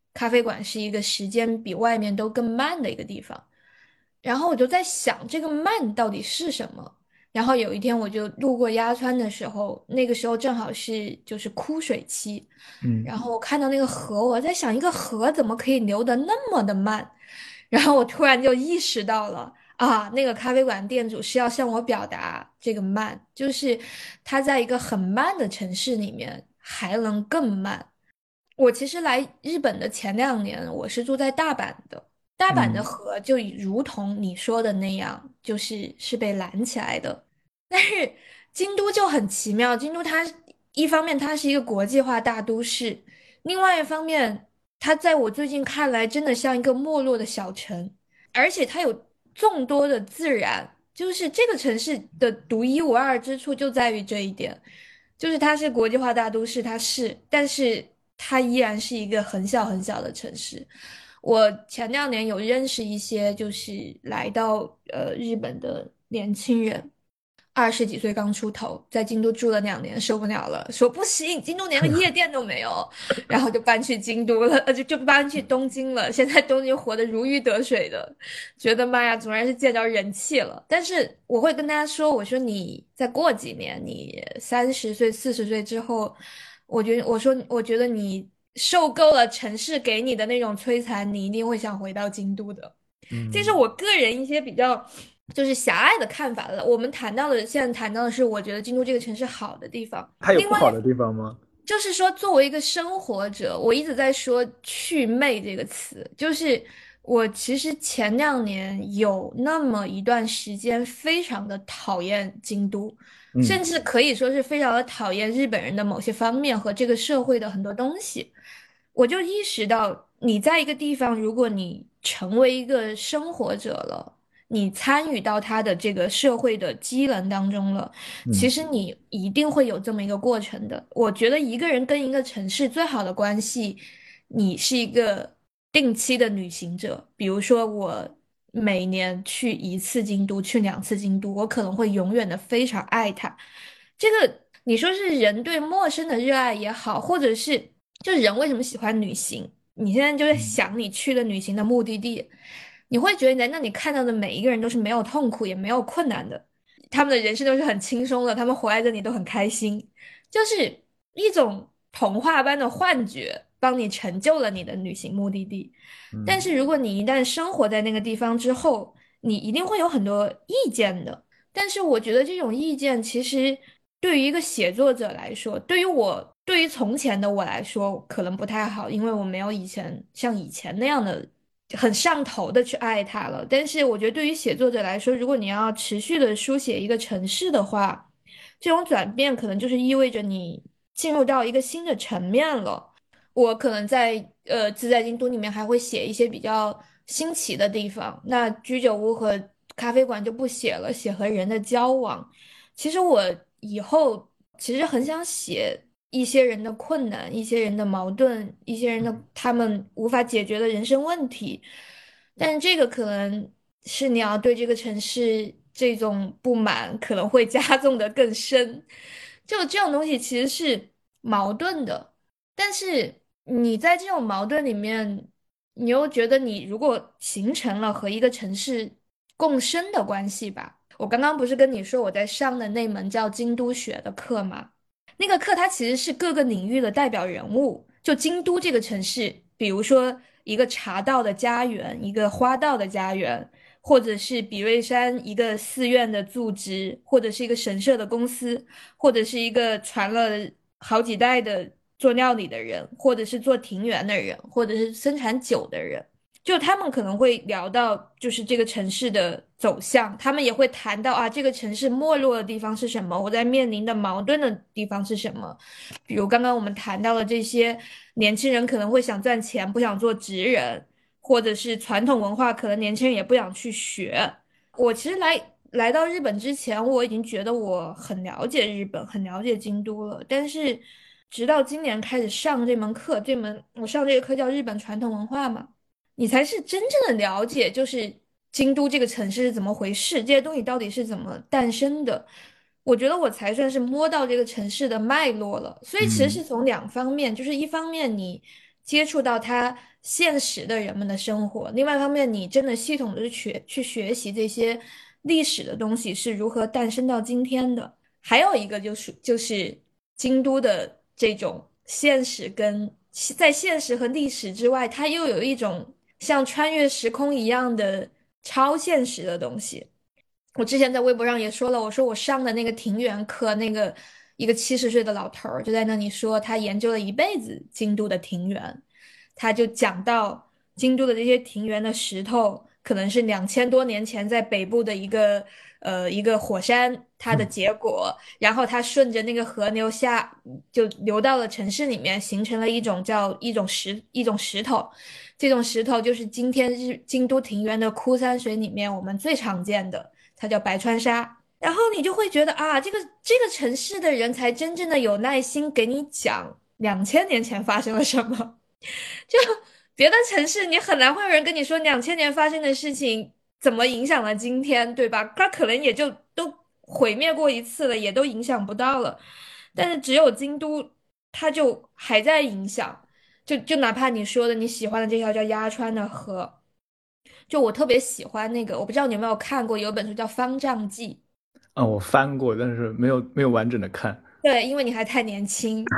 B: 咖啡馆是一个时间比外面都更慢的一个地方。然后我就在想，这个慢到底是什么？然后有一天我就路过鸭川的时候，那个时候正好是就是枯水期，
A: 嗯
B: 然后我看到那个河，我在想，一个河怎么可以流得那么的慢？然后我突然就意识到了。啊，那个咖啡馆店主是要向我表达这个慢，就是他在一个很慢的城市里面还能更慢。我其实来日本的前两年，我是住在大阪的。大阪的
A: 嗯
B: 河就如同你说的那样，就是是被拦起来的。但是京都就很奇妙，京都它一方面它是一个国际化大都市，另外一方面，它在我最近看来真的像一个没落的小城，而且它有众多的自然，就是这个城市的独一无二之处就在于这一点。就是它是国际化大都市，它是，但是它依然是一个很小很小的城市。我前两年有认识一些就是来到呃日本的年轻人，二十几岁刚出头，在京都住了两年，受不了了，说不行，京都连个夜店都没有，然后就搬去京都了，呃就就搬去东京了。现在东京活得如鱼得水的，觉得妈呀，总然是见着人气了。但是我会跟大家说，我说你再过几年，你三十岁、四十岁之后，我觉得我说我觉得你受够了城市给你的那种摧残，你一定会想回到京都的。这是
A: 嗯，
B: 我个人一些比较就是狭隘的看法了。我们谈到的，现在谈到的是，我觉得京都这个城市好的地方。另外，
A: 它有不好的地方吗？
B: 就是说，作为一个生活者，我一直在说“祛魅”这个词，就是我其实前两年有那么一段时间非常的讨厌京都，甚
A: 嗯
B: 至可以说是非常的讨厌日本人的某些方面和这个社会的很多东西。我就意识到，你在一个地方，如果你成为一个生活者了，你参与到他的这个社会的机能当中了。其
A: 嗯
B: 实你一定会有这么一个过程的。我觉得一个人跟一个城市最好的关系，你是一个定期的旅行者。比如说，我每年去一次京都，去两次京都，我可能会永远的非常爱它。这个你说是人对陌生的热爱也好，或者是就人为什么喜欢旅行？你现在就在
A: 嗯
B: 想你去的旅行的目的地，你会觉得你在那里看到的每一个人都是没有痛苦也没有困难的。他们的人生都是很轻松的，他们活在这里都很开心，就是一种童话般的幻觉，帮你成就了你的旅行目的地。但
A: 嗯
B: 是如果你一旦生活在那个地方之后，你一定会有很多意见的。但是我觉得这种意见其实对于一个写作者来说，对于我，对于从前的我来说，可能不太好，因为我没有以前像以前那样的很上头的去爱它了。但是我觉得对于写作者来说，如果你要持续的书写一个城市的话，这种转变可能就是意味着你进入到一个新的层面了。我可能在呃自在京都里面还会写一些比较新奇的地方，那居酒屋和咖啡馆就不写了，写和人的交往。其实我以后其实很想写一些人的困难，一些人的矛盾，一些人的他们无法解决的人生问题。但是这个可能是你要对这个城市这种不满可能会加重的更深。就这种东西其实是矛盾的，但是你在这种矛盾里面，你又觉得你如果形成了和一个城市共生的关系吧。我刚刚不是跟你说我在上的那门叫京都学的课吗？那个课它其实是各个领域的代表人物，就京都这个城市，比如说一个茶道的家园，一个花道的家园，或者是比瑞山一个寺院的住址，或者是一个神社的公司，或者是一个传了好几代的做料理的人，或者是做庭园的人，或者是生产酒的人。就他们可能会聊到，就是这个城市的走向，他们也会谈到啊，这个城市没落的地方是什么，我在面临的矛盾的地方是什么。比如刚刚我们谈到了这些年轻人可能会想赚钱，不想做职人，或者是传统文化，可能年轻人也不想去学。我其实来来到日本之前，我已经觉得我很了解日本，很了解京都了，但是直到今年开始上这门课，这门我上这个课叫日本传统文化嘛。你才是真正的了解，就是京都这个城市是怎么回事，这些东西到底是怎么诞生的。我觉得我才算是摸到这个城市的脉络了。所以其实
A: 嗯
B: 是从两方面，就是一方面你接触到它现实的人们的生活，另外一方面，你真的系统的学去学习这些历史的东西是如何诞生到今天的。还有一个就是就是京都的这种现实跟在现实和历史之外，它又有一种像穿越时空一样的超现实的东西。我之前在微博上也说了，我说我上的那个庭园课，那个一个七十岁的老头儿就在那里说，他研究了一辈子京都的庭园，他就讲到京都的这些庭园的石头，可能是两千多年前在北部的一个呃一个火山它的结果，然后它顺着那个河流下就流到了城市里面，形成了一种叫一种石一种石头，这种石头就是今天日京都庭园的枯山水里面我们最常见的。它叫白川沙。然后你就会觉得啊，这个这个城市的人才真正的有耐心给你讲两千年前发生了什么。就别的城市，你很难会有人跟你说两千年发生的事情怎么影响了今天，对吧？他可能也就都毁灭过一次了，也都影响不到了。但是只有京都，它就还在影响。就就哪怕你说的你喜欢的这条叫鸭川的河，就我特别喜欢那个，我不知道你有没有看过，有本书叫《方丈记》。
A: 啊，我翻过，但是没有没有完整的看。
B: 对，因为你还太年轻，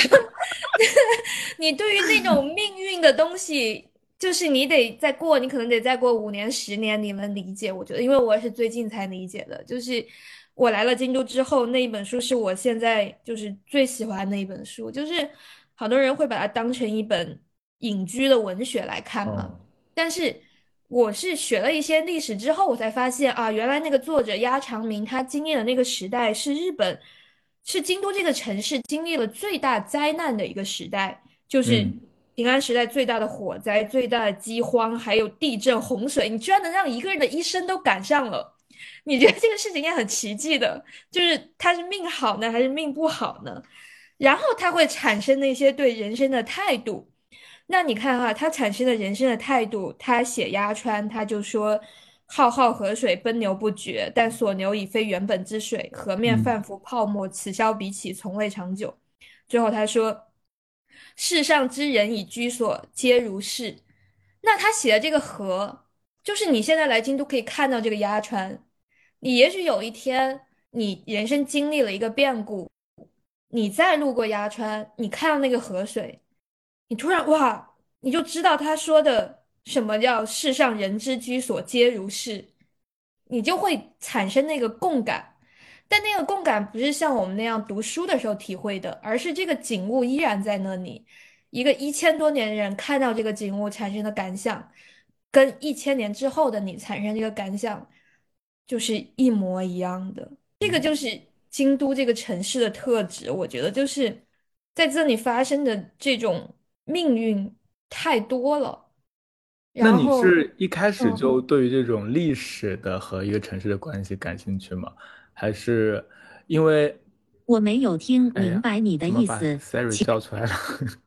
B: 你对于那种命运的东西，就是你得再过，你可能得再过五年、十年，你能理解。我觉得，因为我也是最近才理解的，就是我来了京都之后，那一本书是我现在就是最喜欢的一本书，就是好多人会把它当成一本隐居的文学来看嘛，
A: 哦，
B: 但是我是学了一些历史之后，我才发现啊，原来那个作者鸭长明他经历的那个时代是日本，是京都这个城市经历了最大灾难的一个时代，就是
A: 嗯，
B: 平安时代最大的火灾、最大的饥荒，还有地震、洪水，你居然能让一个人的一生都赶上了，你觉得这个事情也很奇迹的，就是他是命好呢，还是命不好呢？然后他会产生那些对人生的态度。那你看哈，他产生的人生的态度，他写鸭川，他就说：浩浩河水奔流不绝，但所流已非原本之水，河面
A: 嗯，
B: 泛浮泡沫，此消彼起，从未长久。最后他说：世上之人以居所，皆如是。那他写的这个河，就是你现在来京都可以看到这个鸭川。你也许有一天，你人生经历了一个变故，你再路过鸭川，你看到那个河水。你突然哇，你就知道他说的什么叫世上人之居所皆如是，你就会产生那个共感。但那个共感不是像我们那样读书的时候体会的，而是这个景物依然在那里。一个一千多年的人看到这个景物产生的感想，跟一千年之后的你产生这个感想，就是一模一样的。这个就是京都这个城市的特质，我觉得就是在这里发生的这种命运太多了。
A: 那你
B: 然后，
A: 是一开始
B: 嗯，
A: 就对于这种历史的和一个城市的关系感兴趣吗？还是因为，
C: 我没有听
A: 哎呀，
C: 明白你的
A: 怎么把
C: 意思，
A: Siri
C: 请
A: 叫出来了？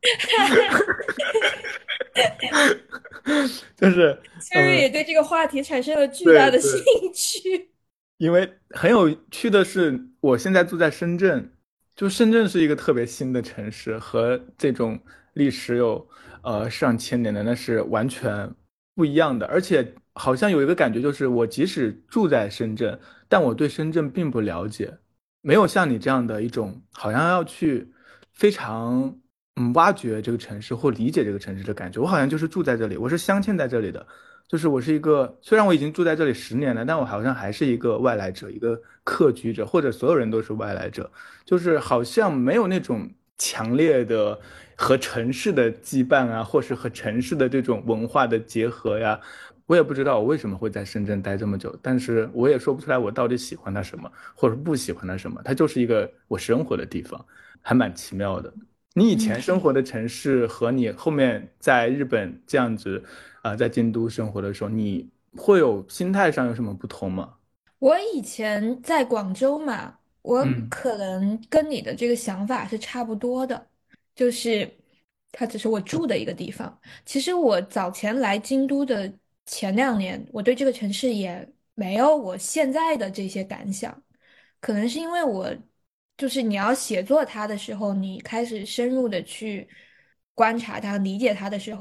A: 就是，
B: 其实也
A: 嗯，
B: 对这个话题产生了巨大的兴
A: 对对，
B: 趣。
A: 因为很有趣的是，我现在住在深圳，就深圳是一个特别新的城市，和这种历史有呃上千年的那是完全不一样的。而且好像有一个感觉，就是我即使住在深圳，但我对深圳并不了解，没有像你这样的一种好像要去非常嗯挖掘这个城市或理解这个城市的感觉。我好像就是住在这里，我是镶嵌在这里的。就是我是一个，虽然我已经住在这里十年了，但我好像还是一个外来者，一个客居者，或者所有人都是外来者，就是好像没有那种强烈的和城市的羁绊啊，或是和城市的这种文化的结合呀。我也不知道我为什么会在深圳待这么久，但是我也说不出来我到底喜欢它什么，或者不喜欢它什么，它就是一个我生活的地方，还蛮奇妙的。你以前
B: 嗯。
A: 生活的城市和你后面在日本这样子，啊、在京都生活的时候，你会有心态上有什么不同吗？
B: 我以前在广州嘛，我
A: 嗯
B: 可能跟你的这个想法是差不多的，就是它只是我住的一个地方。其实我早前来京都的前两年，我对这个城市也没有我现在的这些感想，可能是因为我就是你要写作它的时候，你开始深入的去观察它、理解它的时候。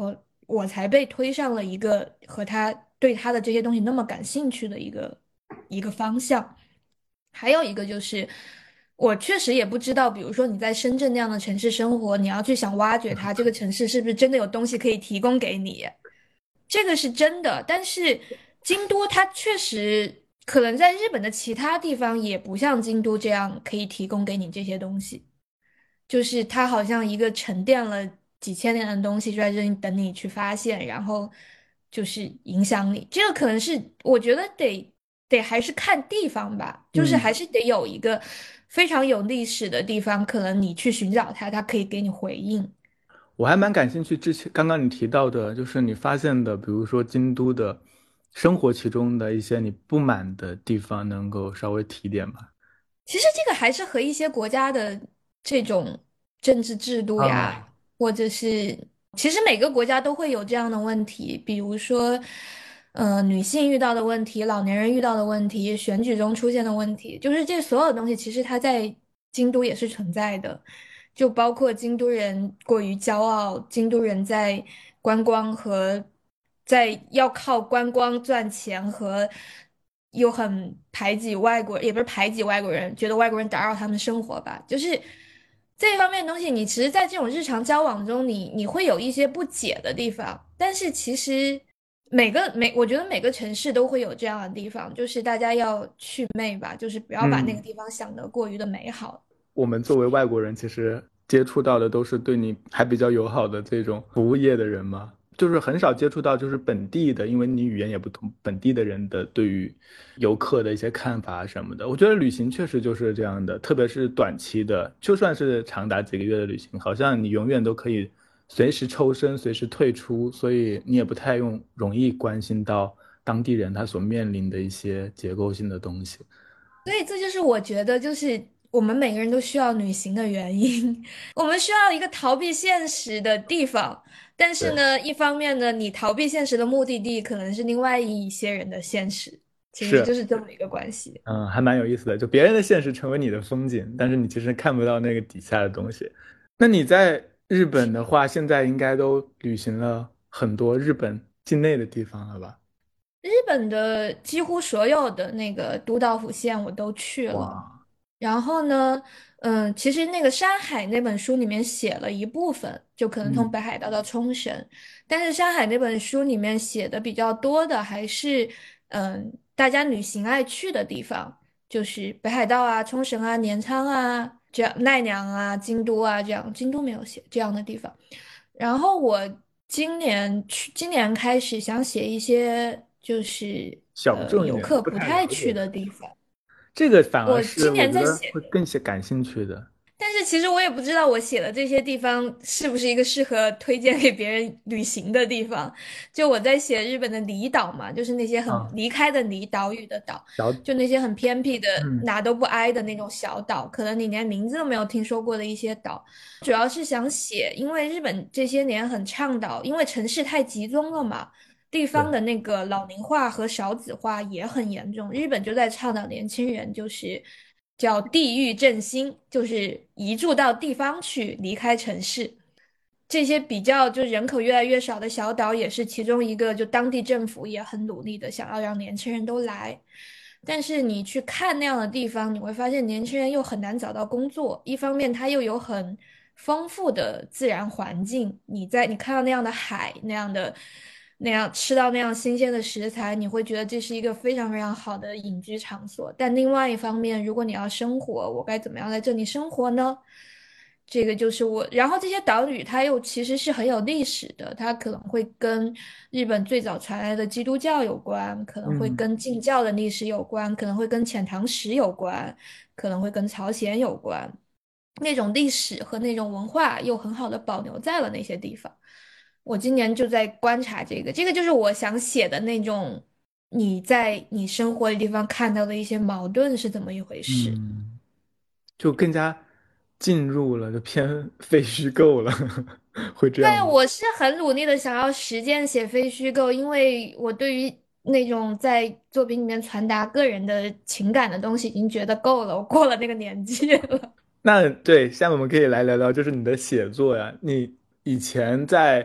B: 我才被推上了一个和他对他的这些东西那么感兴趣的一个一个方向。还有一个就是，我确实也不知道，比如说你在深圳那样的城市生活，你要去想挖掘它，这个城市是不是真的有东西可以提供给你？这个是真的，但是京都它确实可能在日本的其他地方也不像京都这样可以提供给你这些东西，就是它好像一个沉淀了几千年的东西就在这里等你去发现，然后就是影响你。这个可能是我觉得得得还是看地方吧，就是
A: 嗯，
B: 还是得有一个非常有历史的地方，可能你去寻找它，它可以给你回应。
A: 我还蛮感兴趣，之前刚刚你提到的，就是你发现的，比如说京都的生活其中的一些你不满的地方，能够稍微提点吗？
B: 其实这个还是和一些国家的这种政治制度呀，
A: 啊，
B: 或者是其实每个国家都会有这样的问题，比如说，呃，女性遇到的问题，老年人遇到的问题，选举中出现的问题，就是这所有东西，其实它在京都也是存在的，就包括京都人过于骄傲，京都人在观光和在要靠观光赚钱和又很排挤外国，也不是排挤外国人，觉得外国人打扰他们生活吧，就是这一方面的东西，你其实，在这种日常交往中，你你会有一些不解的地方，但是其实每个每，我觉得每个城市都会有这样的地方，就是大家要祛魅吧，就是不要把那个
A: 嗯，
B: 地方想得过于的美好。
A: 我们作为外国人，其实接触到的都是对你还比较友好的这种服务业的人嘛，就是很少接触到就是本地的，因为你语言也不通，本地的人的对于游客的一些看法什么的。我觉得旅行确实就是这样的，特别是短期的，就算是长达几个月的旅行，好像你永远都可以随时抽身，随时退出，所以你也不太用容易关心到当地人他所面临的一些结构性的东西。
B: 所以这就是我觉得，就是我们每个人都需要旅行的原因。我们需要一个逃避现实的地方，但是
A: 对。
B: 呢，一方面呢，你逃避现实的目的地可能是另外一些人的现实，其实
A: 是，
B: 就是这么一个关系。
A: 嗯，还蛮有意思的，就别人的现实成为你的风景，但是你其实看不到那个底下的东西。那你在日本的话，现在应该都旅行了很多日本境内的地方了吧？
B: 日本的几乎所有的那个都道府县我都去了。
A: 哇，
B: 然后呢，嗯，其实那个《山海》那本书里面写了一部分，就可能从
A: 嗯
B: 北海道到冲绳，但是《山海》那本书里面写的比较多的还是，嗯，大家旅行爱去的地方，就是北海道啊、冲绳啊、镰仓啊、这样奈良啊、京都啊这样，京都没有写这样的地方。然后我今年去，今年开始想写一些就是
A: 小
B: 呃游
A: 众一点的，不
B: 客不太
A: 太了解的，
B: 去的地方。
A: 这个反而
B: 我今
A: 是我觉得
B: 年在写。
A: 会更些感兴趣的。
B: 但是其实我也不知道我写的这些地方是不是一个适合推荐给别人旅行的地方。就我在写日本的离岛嘛，就是那些很
A: 啊，
B: 离开的离岛屿的岛，
A: 小，
B: 就那些很偏僻的
A: 嗯
B: 哪都不挨的那种小岛，可能你连名字都没有听说过的一些岛。主要是想写，因为日本这些年很倡导，因为城市太集中了嘛。地方
A: 对，
B: 的那个老龄化和少子化也很严重，日本就在倡导年轻人就是叫地域振兴，就是移住到地方去，离开城市。这些比较就人口越来越少的小岛也是其中一个，就当地政府也很努力的想要让年轻人都来。但是你去看那样的地方，你会发现年轻人又很难找到工作。一方面，它又有很丰富的自然环境，你在你看到那样的海，那样的那样吃到那样新鲜的食材，你会觉得这是一个非常非常好的隐居场所。但另外一方面，如果你要生活，我该怎么样在这里生活呢？这个就是我，然后这些岛屿它又其实是很有历史的，它可能会跟日本最早传来的基督教有关，可能会
A: 嗯
B: 跟禁教的历史有关，可能会跟遣唐使有关，可能会跟朝鲜有关。那种历史和那种文化又很好的保留在了那些地方。我今年就在观察这个，这个就是我想写的那种你在你生活的地方看到的一些矛盾是怎么一回事。
A: 嗯，就更加进入了，就偏非虚构了，会这样
B: 对，
A: 吗？
B: 我是很努力的想要实践写非虚构，因为我对于那种在作品里面传达个人的情感的东西已经觉得够了，我过了那个年纪了。
A: 那对，下面我们可以来聊聊，就是你的写作呀。你以前在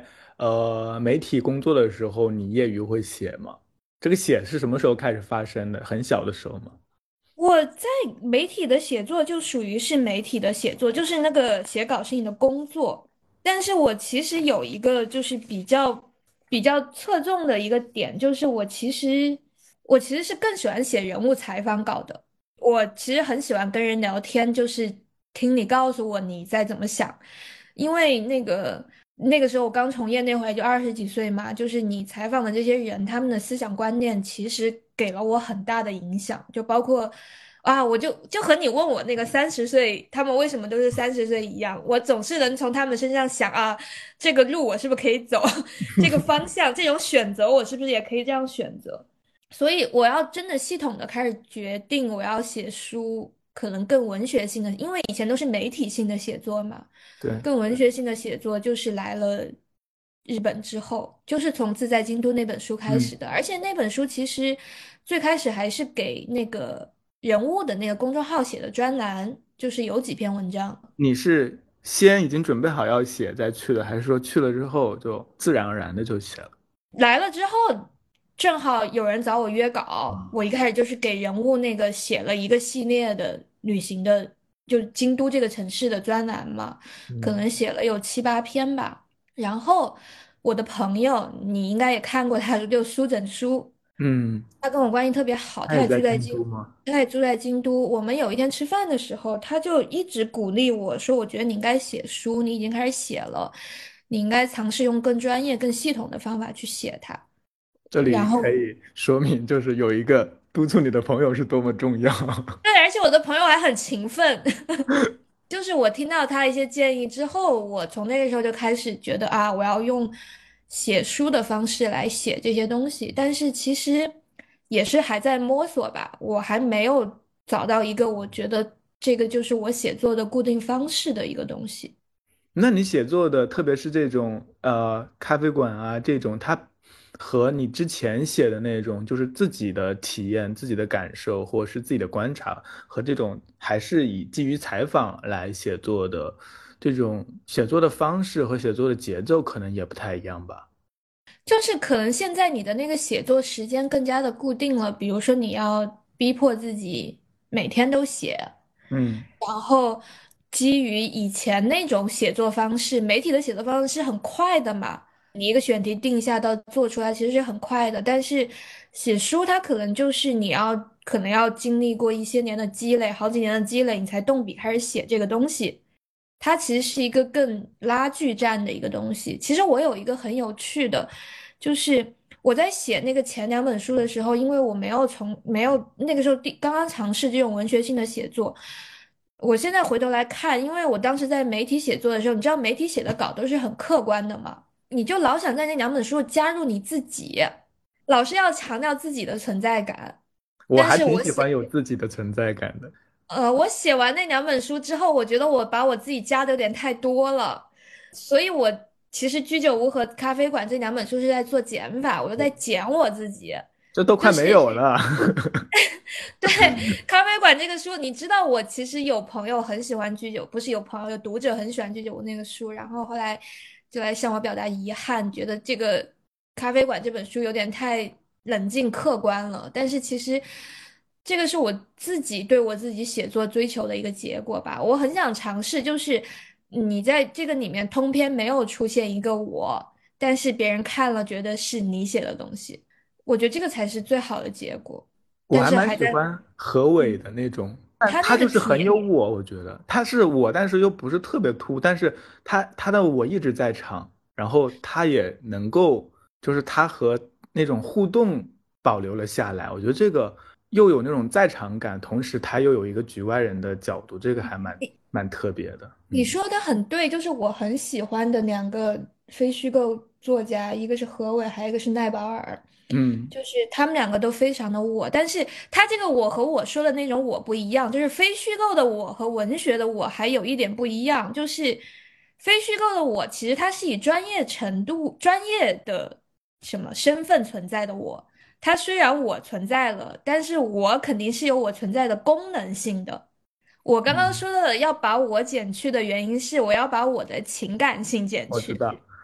A: 呃媒体工作的时候，你业余会写吗？这个写是什么时候开始发生的？很小的时候吗？
B: 我在媒体的写作就属于是媒体的写作，就是那个写稿是你的工作。但是我其实有一个就是比较比较侧重的一个点，就是我其实我其实是更喜欢写人物采访稿的。我其实很喜欢跟人聊天，就是听你告诉我你在怎么想，因为那个那个时候我刚从业那会儿就二十几岁嘛，就是你采访的这些人，他们的思想观念其实给了我很大的影响，就包括啊，我就就和你问我那个三十岁他们为什么都是三十岁一样，我总是能从他们身上想啊，这个路我是不是可以走，这个方向这种选择我是不是也可以这样选择。所以我要真的系统的开始决定我要写书，可能更文学性的，因为以前都是媒体性的写作嘛，
A: 对。
B: 更文学性的写作就是来了日本之后，就是从《自在京都》那本书开
A: 嗯，
B: 始的，而且那本书其实最开始还是给那个人物的那个公众号写的专栏，就是有几篇文章。
A: 你是先已经准备好要写再去的，还是说去了之后就自然而然的就写了？
B: 来了之后，正好有人找我约稿，我一开始就是给人物那个写了一个系列的旅行的，就京都这个城市的专栏嘛，可
A: 嗯
B: 能写了有七八篇吧。然后我的朋友，你应该也看过他，就苏整书，
A: 嗯，
B: 他跟我关系特别好，他也
A: 他也在
B: 住在京，
A: 京都吗？
B: 他也住在京都。我们有一天吃饭的时候，他就一直鼓励我说：“我觉得你应该写书，你已经开始写了，你应该尝试用更专业、更系统的方法去写它。”
A: 这里
B: 然后，
A: 可以说明，就是有一个督促你的朋友是多么重要。
B: 对，而且我的朋友还很勤奋，就是我听到他一些建议之后，我从那个时候就开始觉得啊，我要用写书的方式来写这些东西。但是其实也是还在摸索吧，我还没有找到一个我觉得这个就是我写作的固定方式的一个东西。
A: 那你写作的，特别是这种呃咖啡馆啊这种，它和你之前写的那种，就是自己的体验、自己的感受，或是自己的观察，和这种还是以基于采访来写作的这种写作的方式和写作的节奏，可能也不太一样吧？
B: 就是可能现在你的那个写作时间更加的固定了，比如说你要逼迫自己每天都写。
A: 嗯
B: 然后基于以前那种写作方式，媒体的写作方式是很快的嘛，你一个选题定下到做出来其实是很快的，但是写书它可能就是你要可能要经历过一些年的积累，好几年的积累，你才动笔开始写这个东西。它其实是一个更拉锯战的一个东西。其实我有一个很有趣的，就是我在写那个前两本书的时候，因为我没有从没有那个时候第刚刚尝试这种文学性的写作，我现在回头来看，因为我当时在媒体写作的时候，你知道媒体写的稿都是很客观的嘛，你就老想在那两本书加入你自己，老是要强调自己的存在感。
A: 我还挺
B: 但是我写
A: 喜欢有自己的存在感的。
B: 呃，我写完那两本书之后，我觉得我把我自己加的有点太多了，所以我其实《居酒屋》和《咖啡馆》这两本书是在做减法，我就在减我自己。
A: 这都快没有了。
B: 对，《咖啡馆》这个书，你知道，我其实有朋友很喜欢居酒，不是有朋友，有读者很喜欢居酒屋那个书，然后后来就来向我表达遗憾，觉得这个《咖啡馆》这本书有点太冷静客观了。但是其实这个是我自己对我自己写作追求的一个结果吧。我很想尝试，就是你在这个里面通篇没有出现一个我，但是别人看了觉得是你写的东西，我觉得这个才是最好的结果。
A: 我还蛮
B: 但是还在。
A: 喜欢何伟
B: 嗯，
A: 的那种，但他
B: 他那个
A: 就是很有
B: 体
A: 我，我觉得他是我，但是又不是特别突，但是他他的我一直在场，然后他也能够，就是他和那种互动保留了下来，我觉得这个又有那种在场感，同时他又有一个局外人的角度，这个还蛮蛮特别的。嗯
B: 你说的很对，就是我很喜欢的两个非虚构作家，一个是何伟，还有一个是奈保尔，
A: 嗯
B: 就是他们两个都非常的我，但是他这个我和我说的那种我不一样，就是非虚构的我和文学的我还有一点不一样，就是非虚构的我其实它是以专业程度、专业的什么身份存在的我，它虽然我存在了，但是我肯定是有我存在的功能性的。我刚刚
A: 嗯，
B: 说的要把我减去的原因是，我要把我的情感性减去。
A: 我知道，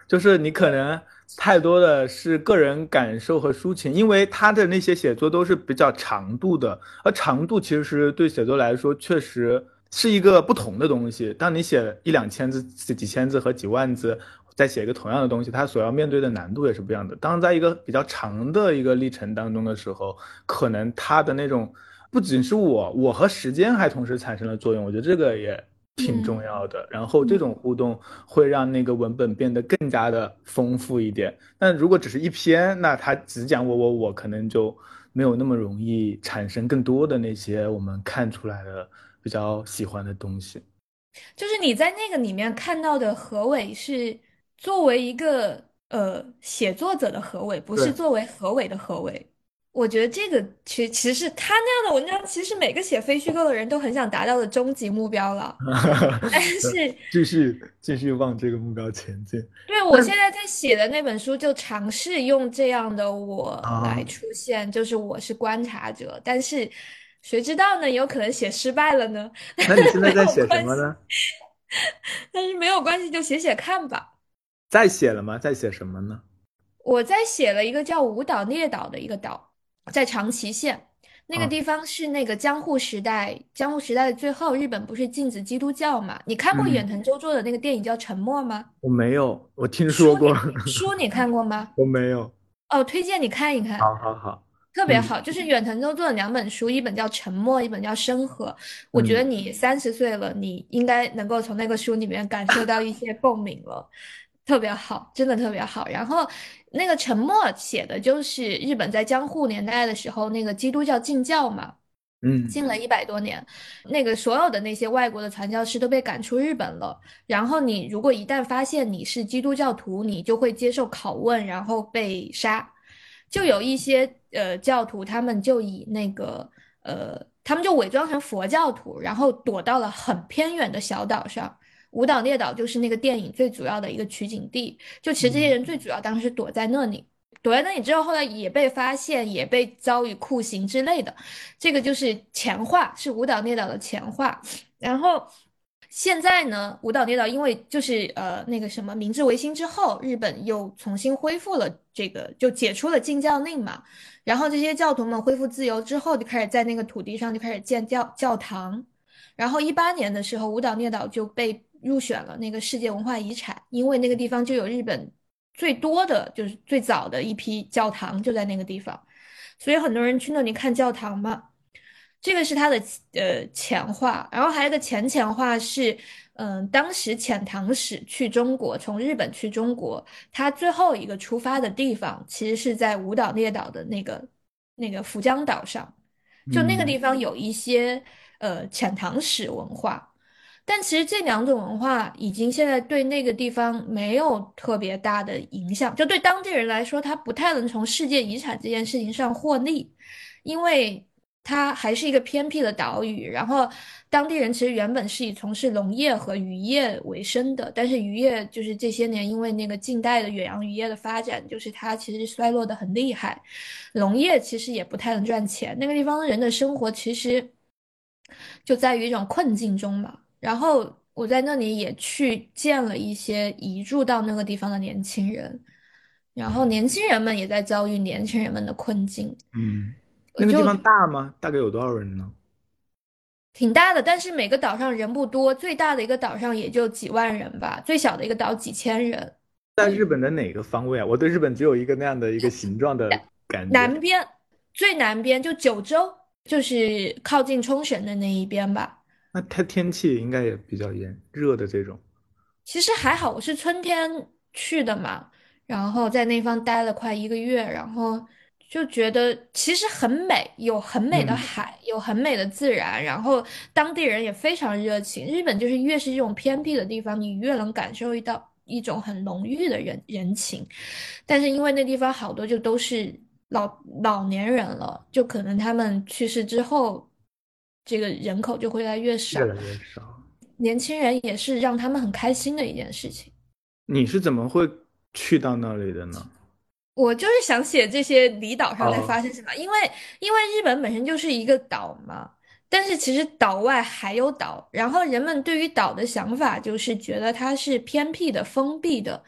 A: 就是你可能太多的是个人感受和抒情，因为他的那些写作都是比较长度的，而长度其实对写作来说确实是一个不同的东西。当你写一两千字、几千字和几万字，再写一个同样的东西，它所要面对的难度也是不一样的。当在一个比较长的一个历程当中的时候，可能它的那种不仅是我，我和时间还同时产生了作用，我觉得这个也挺重
B: 嗯
A: 要的。然后这
B: 嗯。
A: 种互动会让那个文本变得更加的丰富一点。但如果只是一篇，那它只讲我我我，可能就没有那么容易产生更多的那些我们看出来的比较喜欢的东西。
B: 就是你在那个里面看到的何伟是作为一个呃写作者的何伟，不是
A: 对。
B: 作为何伟的何伟。我觉得这个其实其实是他那样的文章，其实每个写非虚构的人都很想达到的终极目标了。但是
A: 继续继续往这个目标前进。
B: 对，我
A: 但
B: 现在在写的那本书就尝试用这样的我来
A: 啊，
B: 出现，就是我是观察者，但是谁知道呢？有可能写失败了呢，
A: 那你现在
B: 没
A: 在写什
B: 有关系，
A: 么呢？
B: 但是没有关系，就写写看吧。
A: 在写了吗？在写什么呢？
B: 我在写了一个叫五岛列岛的一个岛，在长崎县那个
A: 啊，
B: 地方是那个江户时代，江户时代的最后，日本不是禁止基督教嘛？你看过远
A: 嗯，
B: 藤周作的那个电影叫《沉默》吗？
A: 我没有，我听说过。
B: 书你书你看过吗？
A: 我没有。
B: 哦，推荐你看一看。
A: 好好好。嗯
B: 特别好，就是远藤周作的两本书，一本叫《沉默》，一本叫《生和》。我觉得
A: 嗯
B: 你三十岁了，你应该能够从那个书里面感受到一些共鸣了，特别好，真的特别好。然后那个《沉默》写的就是日本在江户年代的时候，那个基督教禁教嘛，
A: 嗯
B: 禁了一百多年，那个所有的那些外国的传教士都被赶出日本了。然后你如果一旦发现你是基督教徒，你就会接受拷问，然后被杀。就有一些呃教徒，他们就以那个呃，他们就伪装成佛教徒，然后躲到了很偏远的小岛上。五岛列岛就是那个电影最主要的一个取景地。就其实这些
A: 嗯
B: 人最主要当时躲在那里，躲在那里之后，后来也被发现，也被遭遇酷刑之类的。这个就是前话，是五岛列岛的前话。然后现在呢，五岛列岛因为就是呃那个什么明治维新之后，日本又重新恢复了这个，就解除了禁教令嘛。然后这些教徒们恢复自由之后，就开始在那个土地上就开始建教教堂。然后一八年的时候，五岛列岛就被入选了那个世界文化遗产，因为那个地方就有日本最多的就是最早的一批教堂就在那个地方，所以很多人去那里看教堂嘛。这个是他的呃前话，然后还有一个前前话是，嗯、当时遣唐使去中国，从日本去中国，他最后一个出发的地方其实是在五岛列岛的那个那个福江岛上，就那个
A: 嗯
B: 地方有一些呃遣唐使文化，但其实这两种文化已经现在对那个地方没有特别大的影响，就对当地人来说，他不太能从世界遗产这件事情上获利，因为它还是一个偏僻的岛屿，然后当地人其实原本是以从事农业和渔业为生的，但是渔业就是这些年因为那个近代的远洋渔业的发展，就是它其实衰落的很厉害，农业其实也不太能赚钱，那个地方人的生活其实就在于一种困境中嘛。然后我在那里也去见了一些移住到那个地方的年轻人，然后年轻人们也在遭遇年轻人们的困境。
A: 嗯。
B: 我就
A: 那个地方大吗？大概有多少人呢？
B: 挺大的，但是每个岛上人不多，最大的一个岛上也就几万人吧，最小的一个岛几千人。
A: 在日本的哪个方位啊？我对日本只有一个那样的一个形状的感觉。
B: 南边，最南边就九州，就是靠近冲绳的那一边吧。
A: 那它天气应该也比较炎热的这种。
B: 其实还好，我是春天去的嘛，然后在那方待了快一个月，然后就觉得其实很美，有很美的
A: 嗯
B: 海，有很美的自然，然后当地人也非常热情。日本就是越是这种偏僻的地方，你越能感受到一种很浓郁的人人情。但是因为那地方好多就都是老老年人了，就可能他们去世之后，这个人口就会越来越少。
A: 越来越少。
B: 年轻人也是让他们很开心的一件事情。
A: 你是怎么会去到那里的呢？
B: 我就是想写这些离岛上在
A: 哦。
B: 发生什么，因为因为日本本身就是一个岛嘛，但是其实岛外还有岛，然后人们对于岛的想法就是觉得它是偏僻的、封闭的，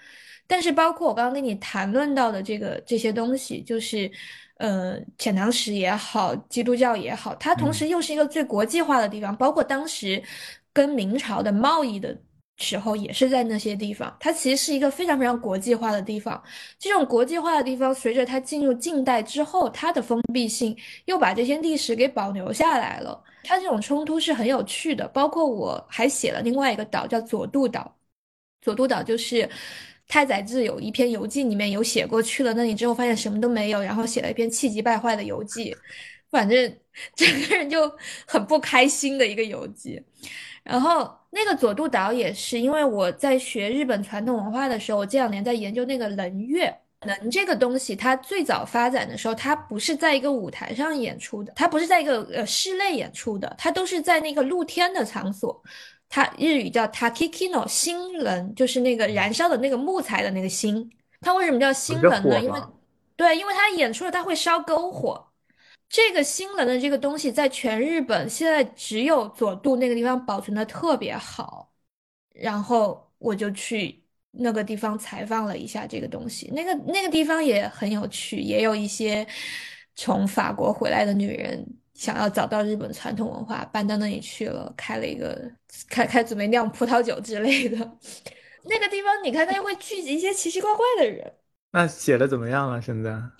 B: 但是包括我刚刚跟你谈论到的这个这些东西，就是呃遣唐使也好，基督教也好，它同
A: 嗯，
B: 时又是一个最国际化的地方，包括当时跟明朝的贸易的时候也是在那些地方，它其实是一个非常非常国际化的地方。这种国际化的地方，随着它进入近代之后，它的封闭性又把这些历史给保留下来了。它这种冲突是很有趣的，包括我还写了另外一个岛叫佐渡岛。佐渡岛就是太宰治有一篇游记，里面有写过去了那里之后发现什么都没有，然后写了一篇气急败坏的游记，反正整个人就很不开心的一个游记。然后那个佐渡岛也是因为我在学日本传统文化的时候，我这两年在研究那个能乐。能这个东西，它最早发展的时候，它不是在一个舞台上演出的，它不是在一个呃室内演出的，它都是在那个露天的场所。它日语叫 takikino 新人，就是那个燃烧的那个木材的那个薪。它为什么叫
A: 不是
B: 新人呢？因为
A: 火吗？
B: 对，因为它演出了，它会烧篝火。这个新人的这个东西，在全日本现在只有佐渡那个地方保存的特别好。然后我就去那个地方采访了一下这个东西，那个那个地方也很有趣，也有一些从法国回来的女人想要找到日本传统文化，搬到那里去了，开了一个开开准备酿葡萄酒之类的。那个地方你看，它又会聚集一些奇奇怪怪的人。
A: 那写的怎么样了？现在？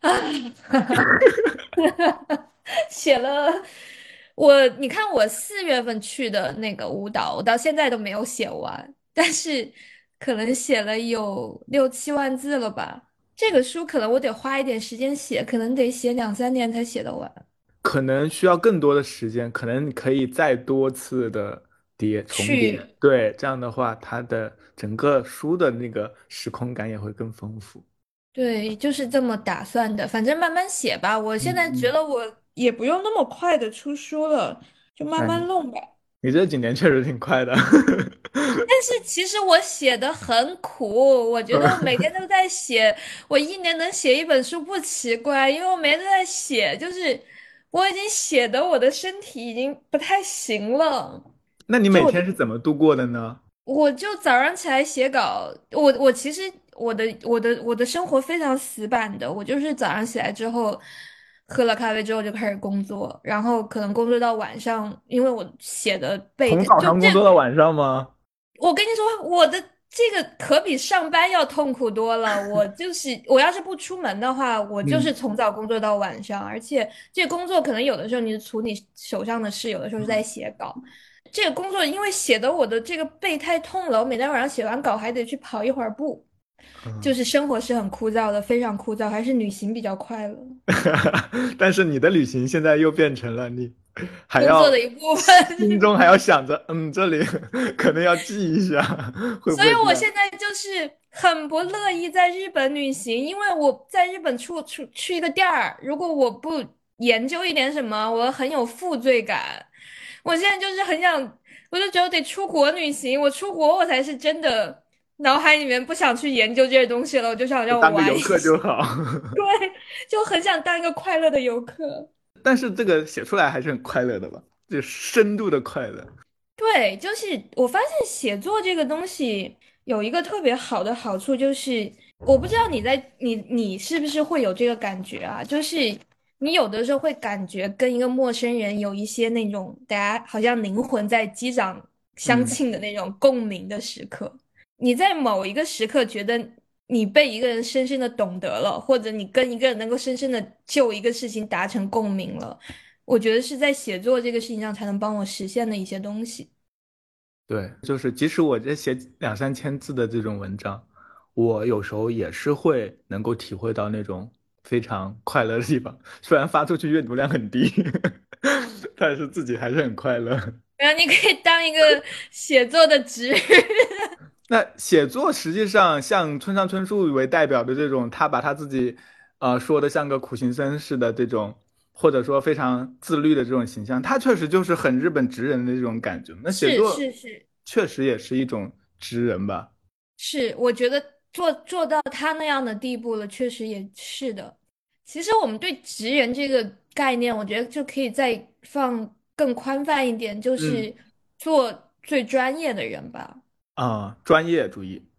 B: 写了我，你看我四月份去的那个舞蹈，我到现在都没有写完，但是可能写了有六七万字了吧。这个书可能我得花一点时间写，可能得写两三年才写得完。
A: 可能需要更多的时间，可能你可以再多次的叠重叠，
B: 去，
A: 对，这样的话，它的整个书的那个时空感也会更丰富。
B: 对，就是这么打算的，反正慢慢写吧。我现在觉
A: 嗯嗯，
B: 得我也不用那么快的出书了，就慢
A: 那你
B: 慢弄吧。
A: 你这几年确实挺快的。
B: 但是其实我写的很苦，我觉得我每天都在写，我一年能写一本书不奇怪，因为我每天都在写，就是我已经写的我的身体已经不太行了。
A: 那你每
B: 就我
A: 天是怎么度过的呢？
B: 我就早上起来写稿，我我其实我的我的我的生活非常死板的，我就是早上起来之后喝了咖啡之后就开始工作，然后可能工作到晚上，因为我写的背
A: 从早
B: 就这
A: 上工作到晚上吗？
B: 我跟你说，我的这个可比上班要痛苦多了。我就是我要是不出门的话，我就是
A: 嗯
B: 从早工作到晚上，而且这个工作可能有的时候你是处理手上的事，有的时候是在写稿。这个工作因为写的我的这个背太痛了，我每天晚上写完稿还得去跑一会儿步，就
A: 嗯，
B: 是生活是很枯燥的，非常枯燥，还是旅行比较快乐，
A: 但是你的旅行现在又变成了你还
B: 工作
A: 要
B: 的一部
A: 心
B: 分。
A: 中还要想着，嗯，这里可能要记一下，会不
B: 所以
A: 会这样？
B: 我现在就是很不乐意在日本旅行，因为我在日本出出去一个店儿，如果我不研究一点什么，我很有负罪感。我现在就是很想，我就觉得得出国旅行，我出国我才是真的脑海里面不想去研究这些东西了，我就想让我
A: 当个游
B: 玩一下，
A: 客就好。
B: 对，就很想当一个快乐的游客。
A: 但是这个写出来还是很快乐的吧？就深度的快乐。
B: 对，就是我发现写作这个东西有一个特别好的好处，就是我不知道你在你你是不是会有这个感觉啊？就是你有的时候会感觉跟一个陌生人有一些那种大家好像灵魂在击掌相
A: 嗯，
B: 庆的那种共鸣的时刻。你在某一个时刻觉得你被一个人深深的懂得了，或者你跟一个人能够深深的就一个事情达成共鸣了。我觉得是在写作这个事情上才能帮我实现的一些东西。
A: 对，就是即使我这写两三千字的这种文章，我有时候也是会能够体会到那种非常快乐的地方。虽然发出去阅读量很低，但是自己还是很快乐。
B: 然后你可以当一个写作的职人。
A: 那写作实际上像村上春树为代表的这种，他把他自己呃说的像个苦行僧似的这种，或者说非常自律的这种形象，他确实就是很日本职人的这种感觉。那写
B: 是
A: 作
B: 是是
A: 确实也是一种职人吧。
B: 是，我觉得做做到他那样的地步了，确实也是的。其实我们对职人这个概念，我觉得就可以再放更宽泛一点，就
A: 嗯，
B: 是做最专业的人吧。
A: 啊、专业主义。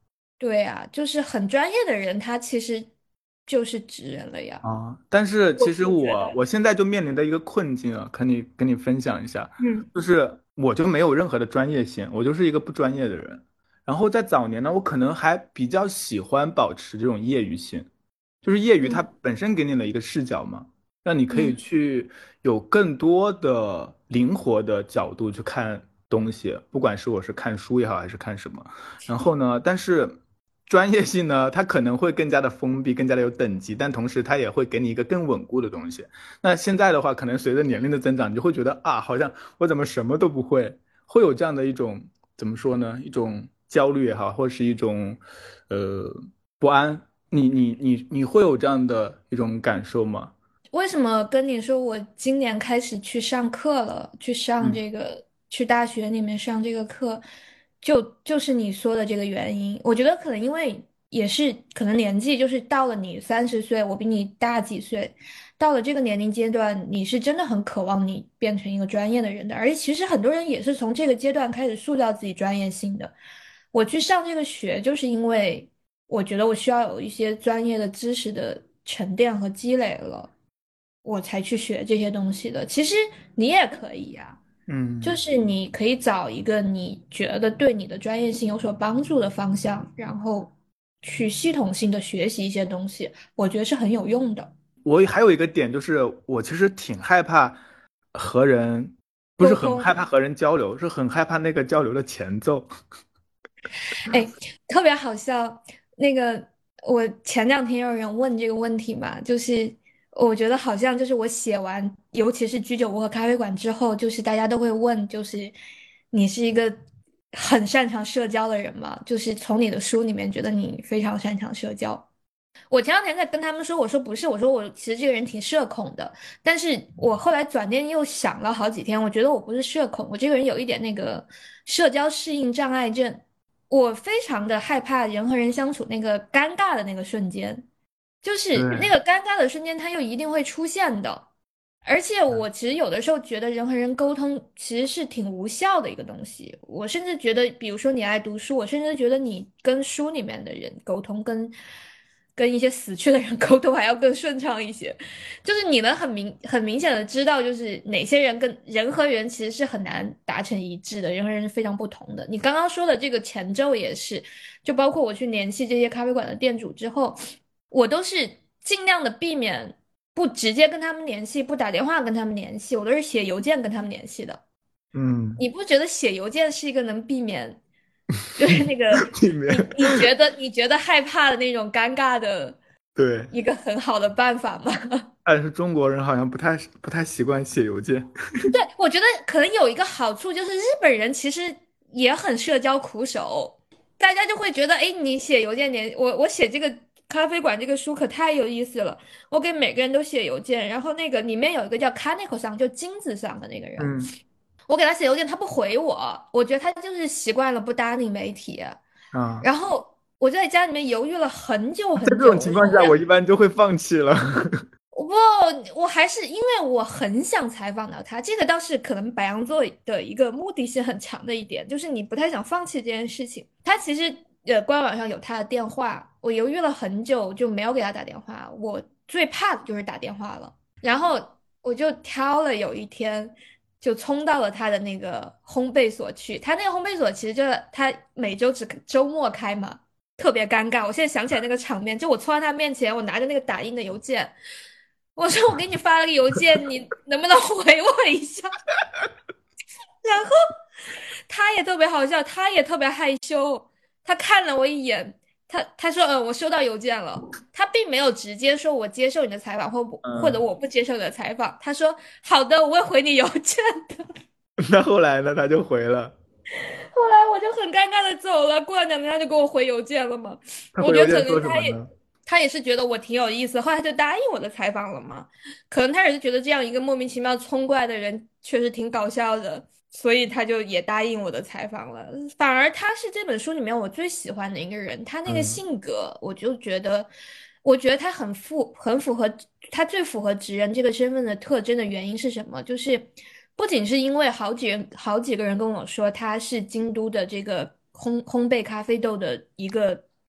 B: 对啊，就是很专业的人，他其实就是职人了呀。
A: 啊，但是
B: 我
A: 其实
B: 我觉得，
A: 我我现在就面临的一个困境啊，跟你跟你分享一下，
B: 嗯
A: 就是我就没有任何的专业性，我就是一个不专业的人。然后在早年呢，我可能还比较喜欢保持这种业余性，就是业余它
B: 嗯
A: 本身给你了一个视角嘛，让你可以
B: 嗯。
A: 去有更多的灵活的角度去看东西，不管是我是看书也好，还是看什么。然后呢，但是专业性呢，它可能会更加的封闭，更加的有等级，但同时它也会给你一个更稳固的东西。那现在的话，可能随着年龄的增长，你就会觉得啊，好像我怎么什么都不会，会有这样的一种怎么说呢？一种焦虑也好，或是一种呃不安。你你你你会有这样的一种感受吗？
B: 为什么跟你说我今年开始去上课了，去上
A: 嗯
B: 这个，去大学里面上这个课，就就是你说的这个原因。我觉得可能因为也是可能年纪，就是到了你三十岁，我比你大几岁，到了这个年龄阶段，你是真的很渴望你变成一个专业的人的，而且其实很多人也是从这个阶段开始塑造自己专业性的。我去上这个学，就是因为我觉得我需要有一些专业的知识的沉淀和积累了。我才去学这些东西的。其实你也可以呀，就
A: 嗯。
B: 是你可以找一个你觉得对你的专业性有所帮助的方向，然后去系统性的学习一些东西，我觉得是很有用的。
A: 我还有一个点就是，我其实挺害怕和人，不是
B: 沟通，
A: 很害怕和人交流，是很害怕那个交流的前奏。
B: 哎，特别好笑。那个，我前两天有人问这个问题嘛，就是我觉得好像就是我写完，尤其是居酒屋和咖啡馆之后，就是大家都会问，就是你是一个很擅长社交的人吗？就是从你的书里面觉得你非常擅长社交。我前两天在跟他们说，我说不是，我说我其实这个人挺社恐的，但是我后来转念又想了好几天，我觉得我不是社恐，我这个人有一点那个社交适应障碍症，我非常的害怕人和人相处那个尴尬的那个瞬间，就是那
A: 对，
B: 个尴尬的瞬间，它又一定会出现的。而且我其实有的时候觉得人和人沟通其实是挺无效的一个东西。我甚至觉得，比如说你爱读书，我甚至觉得你跟书里面的人沟通，跟跟一些死去的人沟通还要更顺畅一些。就是你能很明很明显的知道，就是哪些人跟人和人其实是很难达成一致的，人和人是非常不同的。你刚刚说的这个前奏也是，就包括我去联系这些咖啡馆的店主之后，我都是尽量的避免不直接跟他们联系，不打电话跟他们联系，我都是写邮件跟他们联系的。
A: 嗯，
B: 你不觉得写邮件是一个能避免，就是那个
A: 里面
B: 你你觉得你觉得害怕的那种尴尬的
A: 对，
B: 一个很好的办法吗？
A: 但是中国人好像不太不太习惯写邮件。
B: 对，我觉得可能有一个好处就是日本人其实也很社交苦手，大家就会觉得，哎，你写邮件联，我我写这个咖啡馆这个书可太有意思了，我给每个人都写邮件，然后那个里面有一个叫 Kaneko 上，就金子上的那个人，
A: 嗯
B: 我给他写邮件，他不回我，我觉得他就是习惯了不搭理媒体，
A: 啊，
B: 然后我就在家里面犹豫了很久
A: 在这
B: 很久，
A: 种情况下，
B: 我说我要
A: 我一般就会放弃了。
B: 不，我还是因为我很想采访到他，这个倒是可能白羊座的一个目的性很强的一点，就是你不太想放弃这件事情。他其实呃官网上有他的电话，我犹豫了很久就没有给他打电话。我最怕的就是打电话了，然后我就挑了有一天，就冲到了他的那个烘焙所去。他那个烘焙所其实就是他每周只周末开嘛，特别尴尬。我现在想起来那个场面，就我冲到他面前，我拿着那个打印的邮件。我说我给你发了个邮件，你能不能回我一下？然后他也特别好笑，他也特别害羞，他看了我一眼，他他说呃我收到邮件了，他并没有直接说我接受你的采访或不或者
A: 嗯，
B: 我不接受你的采访，他说好的，我会回你邮件的。
A: 那后来呢？他就回了。
B: 后来我就很尴尬的走了，过了两天他就给我回邮件了嘛，
A: 他
B: 我觉得可
A: 回邮件说
B: 能他也。
A: 什么呢？
B: 他也是觉得我挺有意思，后来他就答应我的采访了嘛。可能他也是觉得这样一个莫名其妙冲过来的人确实挺搞笑的，所以他就也答应我的采访了。反而他是这本书里面我最喜欢的一个人，他那个
A: 嗯
B: 性格，我就觉得，我觉得他很符很符合他最符合职人这个身份的特征的原因是什么？就是不仅是因为好几人好几个人跟我说他是京都的这个烘烘焙咖啡豆的一个。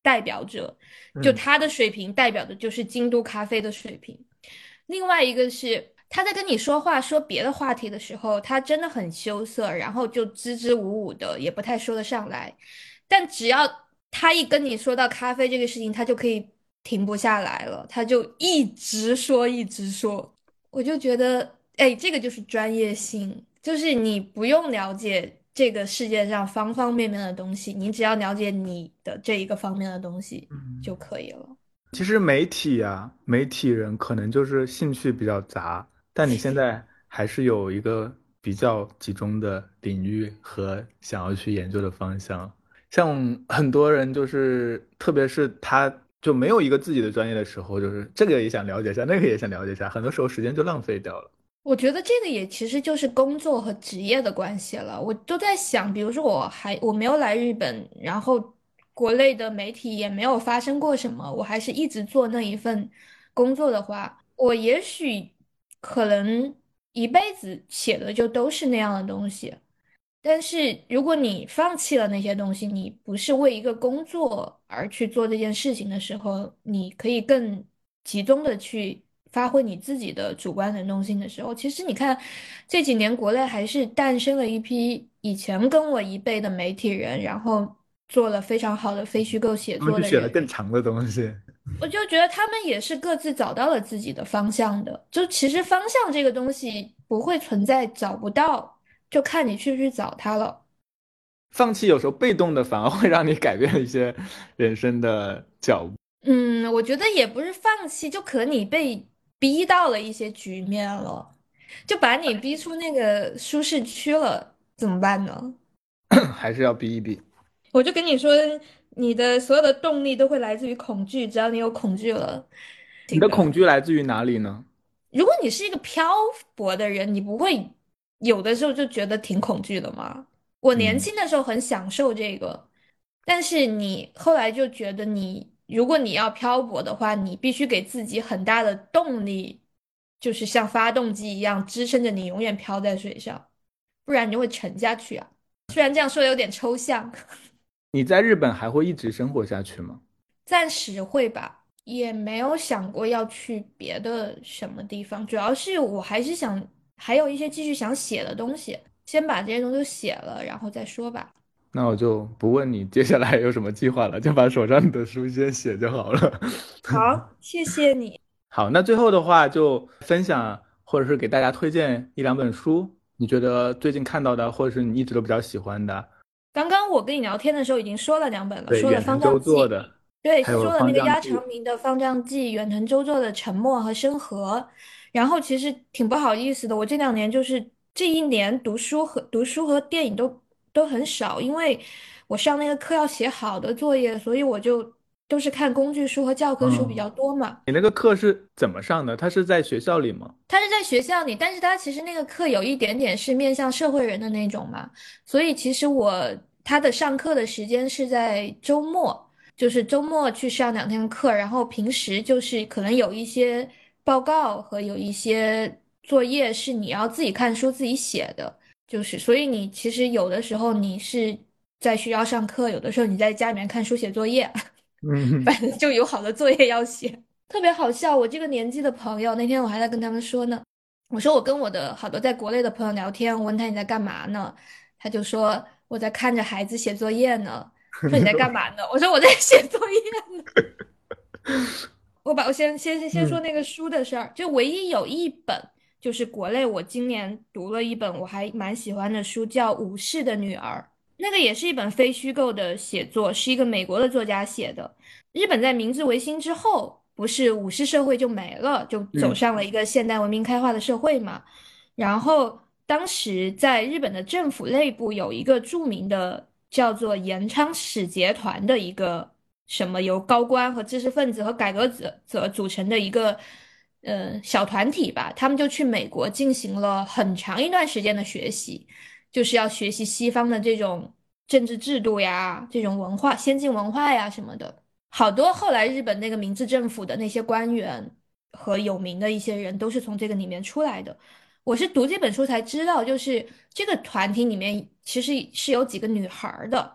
B: 代表者，就
A: 嗯
B: 他的水平代表的就是京都咖啡的水平。另外一个是他在跟你说话说别的话题的时候，他真的很羞涩，然后就支支吾吾的，也不太说得上来。但只要他一跟你说到咖啡这个事情，他就可以停不下来了，他就一直说一直说。我就觉得，哎，这个就是专业性，就是你不用了解这个世界上方方面面的东西，你只要了解你的这一个方面的东西就可以了。
A: 其实媒体啊，媒体人可能就是兴趣比较杂，但你现在还是有一个比较集中的领域和想要去研究的方向。像很多人就是，特别是他就没有一个自己的专业的时候，就是这个也想了解一下，那个也想了解一下，很多时候时间就浪费掉了。
B: 我觉得这个也其实就是工作和职业的关系了。我都在想，比如说我还我没有来日本，然后国内的媒体也没有发生过什么，我还是一直做那一份工作的话，我也许可能一辈子写的就都是那样的东西。但是如果你放弃了那些东西，你不是为一个工作而去做这件事情的时候，你可以更集中的去发挥你自己的主观能动性的时候，其实你看这几年国内还是诞生了一批以前跟我一辈的媒体人，然后做了非常好的非虚构写
A: 他们去写了
B: 作的人。
A: 更长的东西。
B: 我就觉得他们也是各自找到了自己的方向的。就其实方向这个东西不会存在找不到，就看你去不去找它了。
A: 放弃有时候被动的反而会让你改变一些人生的脚步。
B: 嗯，我觉得也不是放弃，就可能你被逼到了一些局面了，就把你逼出那个舒适区了，怎么办呢？
A: 还是要逼一逼。
B: 我就跟你说，你的所有的动力都会来自于恐惧，只要你有恐惧了，
A: 你的
B: 行的。
A: 恐惧来自于哪里呢？
B: 如果你是一个漂泊的人，你不会有的时候就觉得挺恐惧的吗？我年
A: 嗯。
B: 轻的时候很享受这个，但是你后来就觉得你，如果你要漂泊的话，你必须给自己很大的动力，就是像发动机一样支撑着你永远漂在水上，不然你就会沉下去啊。虽然这样说的有点抽象。
A: 你在日本还会一直生活下去吗？
B: 暂时会吧，也没有想过要去别的什么地方，主要是我还是想还有一些继续想写的东西，先把这些东西都写了，然后再说吧。
A: 那我就不问你接下来有什么计划了，就把手上的书先写就好了。
B: 好，谢谢你。
A: 好，那最后的话就分享或者是给大家推荐一两本书，你觉得最近看到的，或者是你一直都比较喜欢的。
B: 刚刚我跟你聊天的时候已经说了两本了，
A: 对，
B: 说了《方
A: 远藤周
B: 丈记》，
A: 作的，
B: 对，
A: 还有
B: 说了那个鸭
A: 方丈记。
B: 长明的《方丈记》，远藤周作的《沉默》和《生和》。然后其实挺不好意思的，我这两年就是这一年读书和读书和电影都都很少，因为我上那个课要写好的作业，所以我就都是看工具书和教科书比
A: 嗯，
B: 较多嘛。
A: 你那个课是怎么上的？他是在学校里吗？
B: 他是在学校里，但是他其实那个课有一点点是面向社会人的那种嘛，所以其实我他的上课的时间是在周末，就是周末去上两天课，然后平时就是可能有一些报告和有一些作业是你要自己看书自己写的，就是所以你其实有的时候你是在学校上课，有的时候你在家里面看书写作业。
A: 嗯。
B: 反正就有好多作业要写。特别好笑。我这个年纪的朋友，那天我还在跟他们说呢，我说我跟我的好多在国内的朋友聊天，我问他你在干嘛呢？他就说我在看着孩子写作业呢。说你在干嘛呢？我说我在写作业呢。我把我先先先说
A: 嗯。
B: 那个书的事儿，就唯一有一本就是国内我今年读了一本我还蛮喜欢的书，叫《武士的女儿》，那个也是一本非虚构的写作，是一个美国的作家写的。日本在明治维新之后，不是武士社会就没了，就走
A: 嗯。
B: 上了一个现代文明开化的社会嘛。然后当时在日本的政府内部有一个著名的叫做延昌使节团的一个什么由高官和知识分子和改革者者组成的一个呃小团体吧，他们就去美国进行了很长一段时间的学习，就是要学习西方的这种政治制度呀、这种文化、先进文化呀什么的。好多后来日本那个明治政府的那些官员和有名的一些人都是从这个里面出来的。我是读这本书才知道，就是这个团体里面其实是有几个女孩儿的，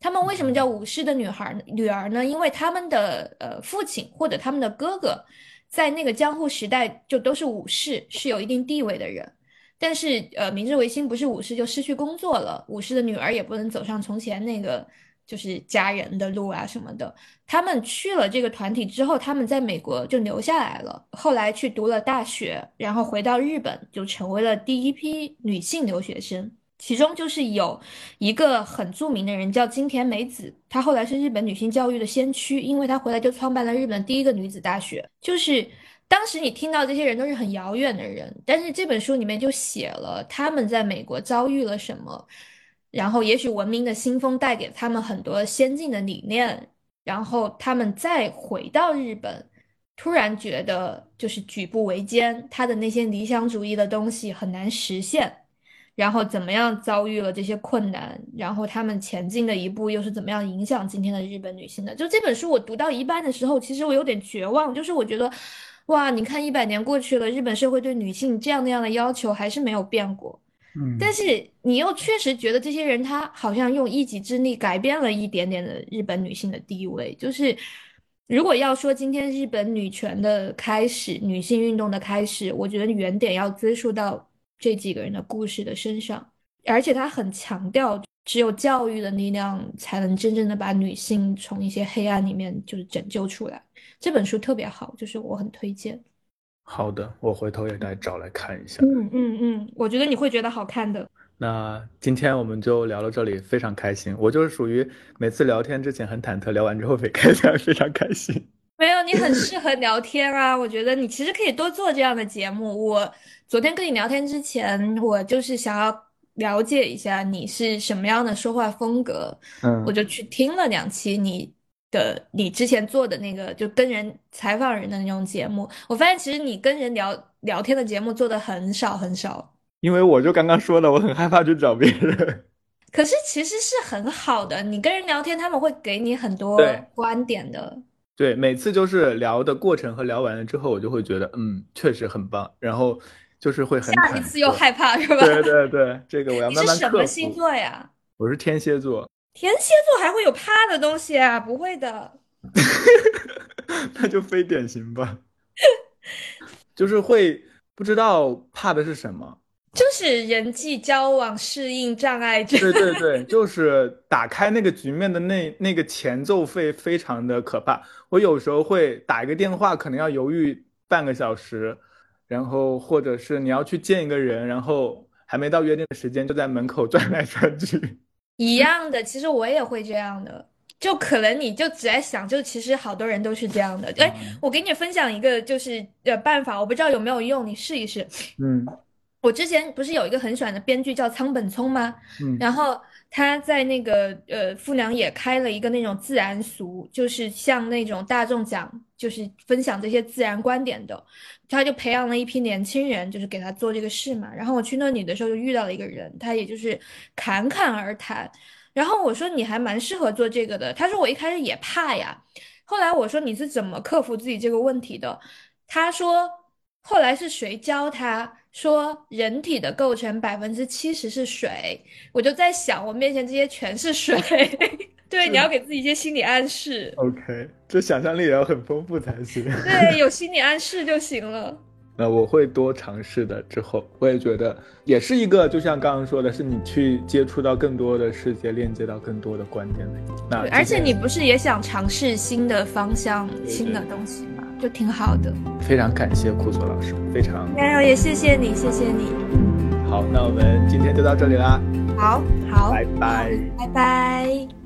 B: 他们为什么叫武士的女孩女儿呢？因为他们的呃父亲或者他们的哥哥在那个江户时代就都是武士，是有一定地位的人。但是呃，明治维新不是武士就失去工作了，武士的女儿也不能走上从前那个就是家人的路啊什么的。他们去了这个团体之后，他们在美国就留下来了，后来去读了大学，然后回到日本，就成为了第一批女性留学生。其中就是有一个很著名的人叫金田美子，她后来是日本女性教育的先驱，因为她回来就创办了日本第一个女子大学。就是当时你听到这些人都是很遥远的人，但是这本书里面就写了他们在美国遭遇了什么，然后也许文明的新风带给他们很多先进的理念，然后他们再回到日本，突然觉得就是举步维艰，他的那些理想主义的东西很难实现。然后怎么样遭遇了这些困难，然后他们前进的一步又是怎么样影响今天的日本女性的。就这本书我读到一半的时候，其实我有点绝望，就是我觉得哇，你看一百年过去了，日本社会对女性这样那样的要求还是没有变过。
A: 嗯，
B: 但是你又确实觉得这些人他好像用一己之力改变了一点点的日本女性的地位。就是如果要说今天日本女权的开始，女性运动的开始，我觉得原点要追溯到这几个人的故事的身上。而且他很强调只有教育的力量才能真正的把女性从一些黑暗里面就是拯救出来。这本书特别好，就是我很推荐。
A: 好的，我回头也来找来看一下。
B: 嗯嗯嗯，我觉得你会觉得好看的。
A: 那今天我们就聊到这里，非常开心。我就是属于每次聊天之前很忐忑，聊完之后非开心，非常开心。
B: 没有，你很适合聊天啊！我觉得你其实可以多做这样的节目。我昨天跟你聊天之前，我就是想要了解一下你是什么样的说话风格，
A: 嗯，
B: 我就去听了两期你的你之前做的那个就跟人采访人的那种节目。我发现其实你跟人聊聊天的节目做的很少很少，
A: 因为我就刚刚说了，我很害怕去找别人。
B: 可是其实是很好的。你跟人聊天，他们会给你很多
A: 对
B: 观点的。
A: 对，每次就是聊的过程和聊完了之后，我就会觉得，嗯，确实很棒，然后就是会很忐
B: 下一次又
A: 忑。
B: 害怕是吧？
A: 对对对，这个我要
B: 你是
A: 慢慢克
B: 什么星
A: 服。
B: 座呀？
A: 我是天蝎座。
B: 天蝎座还会有怕的东西啊？不会的。
A: 那就非典型吧。就是会不知道怕的是什么。
B: 就是人际交往适应障碍症。
A: 对对对，就是打开那个局面的那那个前奏会非常的可怕。我有时候会打一个电话，可能要犹豫半个小时，然后或者是你要去见一个人，然后还没到约定的时间，就在门口转来转去。
B: 一样的，其实我也会这样的。就可能你就只在想，就其实好多人都是这样的。哎，我给你分享一个就是呃办法，我不知道有没有用，你试一试。
A: 嗯
B: 我之前不是有一个很喜欢的编剧叫仓本聪吗？
A: 嗯
B: 然后他在那个呃富良野开了一个那种自然俗，就是像那种大众讲，就是分享这些自然观点的。他就培养了一批年轻人，就是给他做这个事嘛。然后我去那里的时候就遇到了一个人，他也就是侃侃而谈。然后我说你还蛮适合做这个的，他说我一开始也怕呀。后来我说你是怎么克服自己这个问题的？他说后来是谁教他说人体的构成百分之七十是水。我就在想，我面前这些全是水。对，你要给自己一些心理暗示。
A: ，OK，这想象力也要很丰富才行。
B: 对，有心理暗示就行了。
A: 那我会多尝试的。之后我也觉得也是一个，就像刚刚说的，是你去接触到更多的世界，链接到更多的观点的。那
B: 对，而且你不是也想尝试新的方向、新的东西吗？就挺好的。
A: 非常感谢库索老师，非常
B: 没有，也谢谢你，谢谢你。
A: 好。那我们今天就到这里啦。
B: 好好，
A: 拜拜。
B: 拜拜。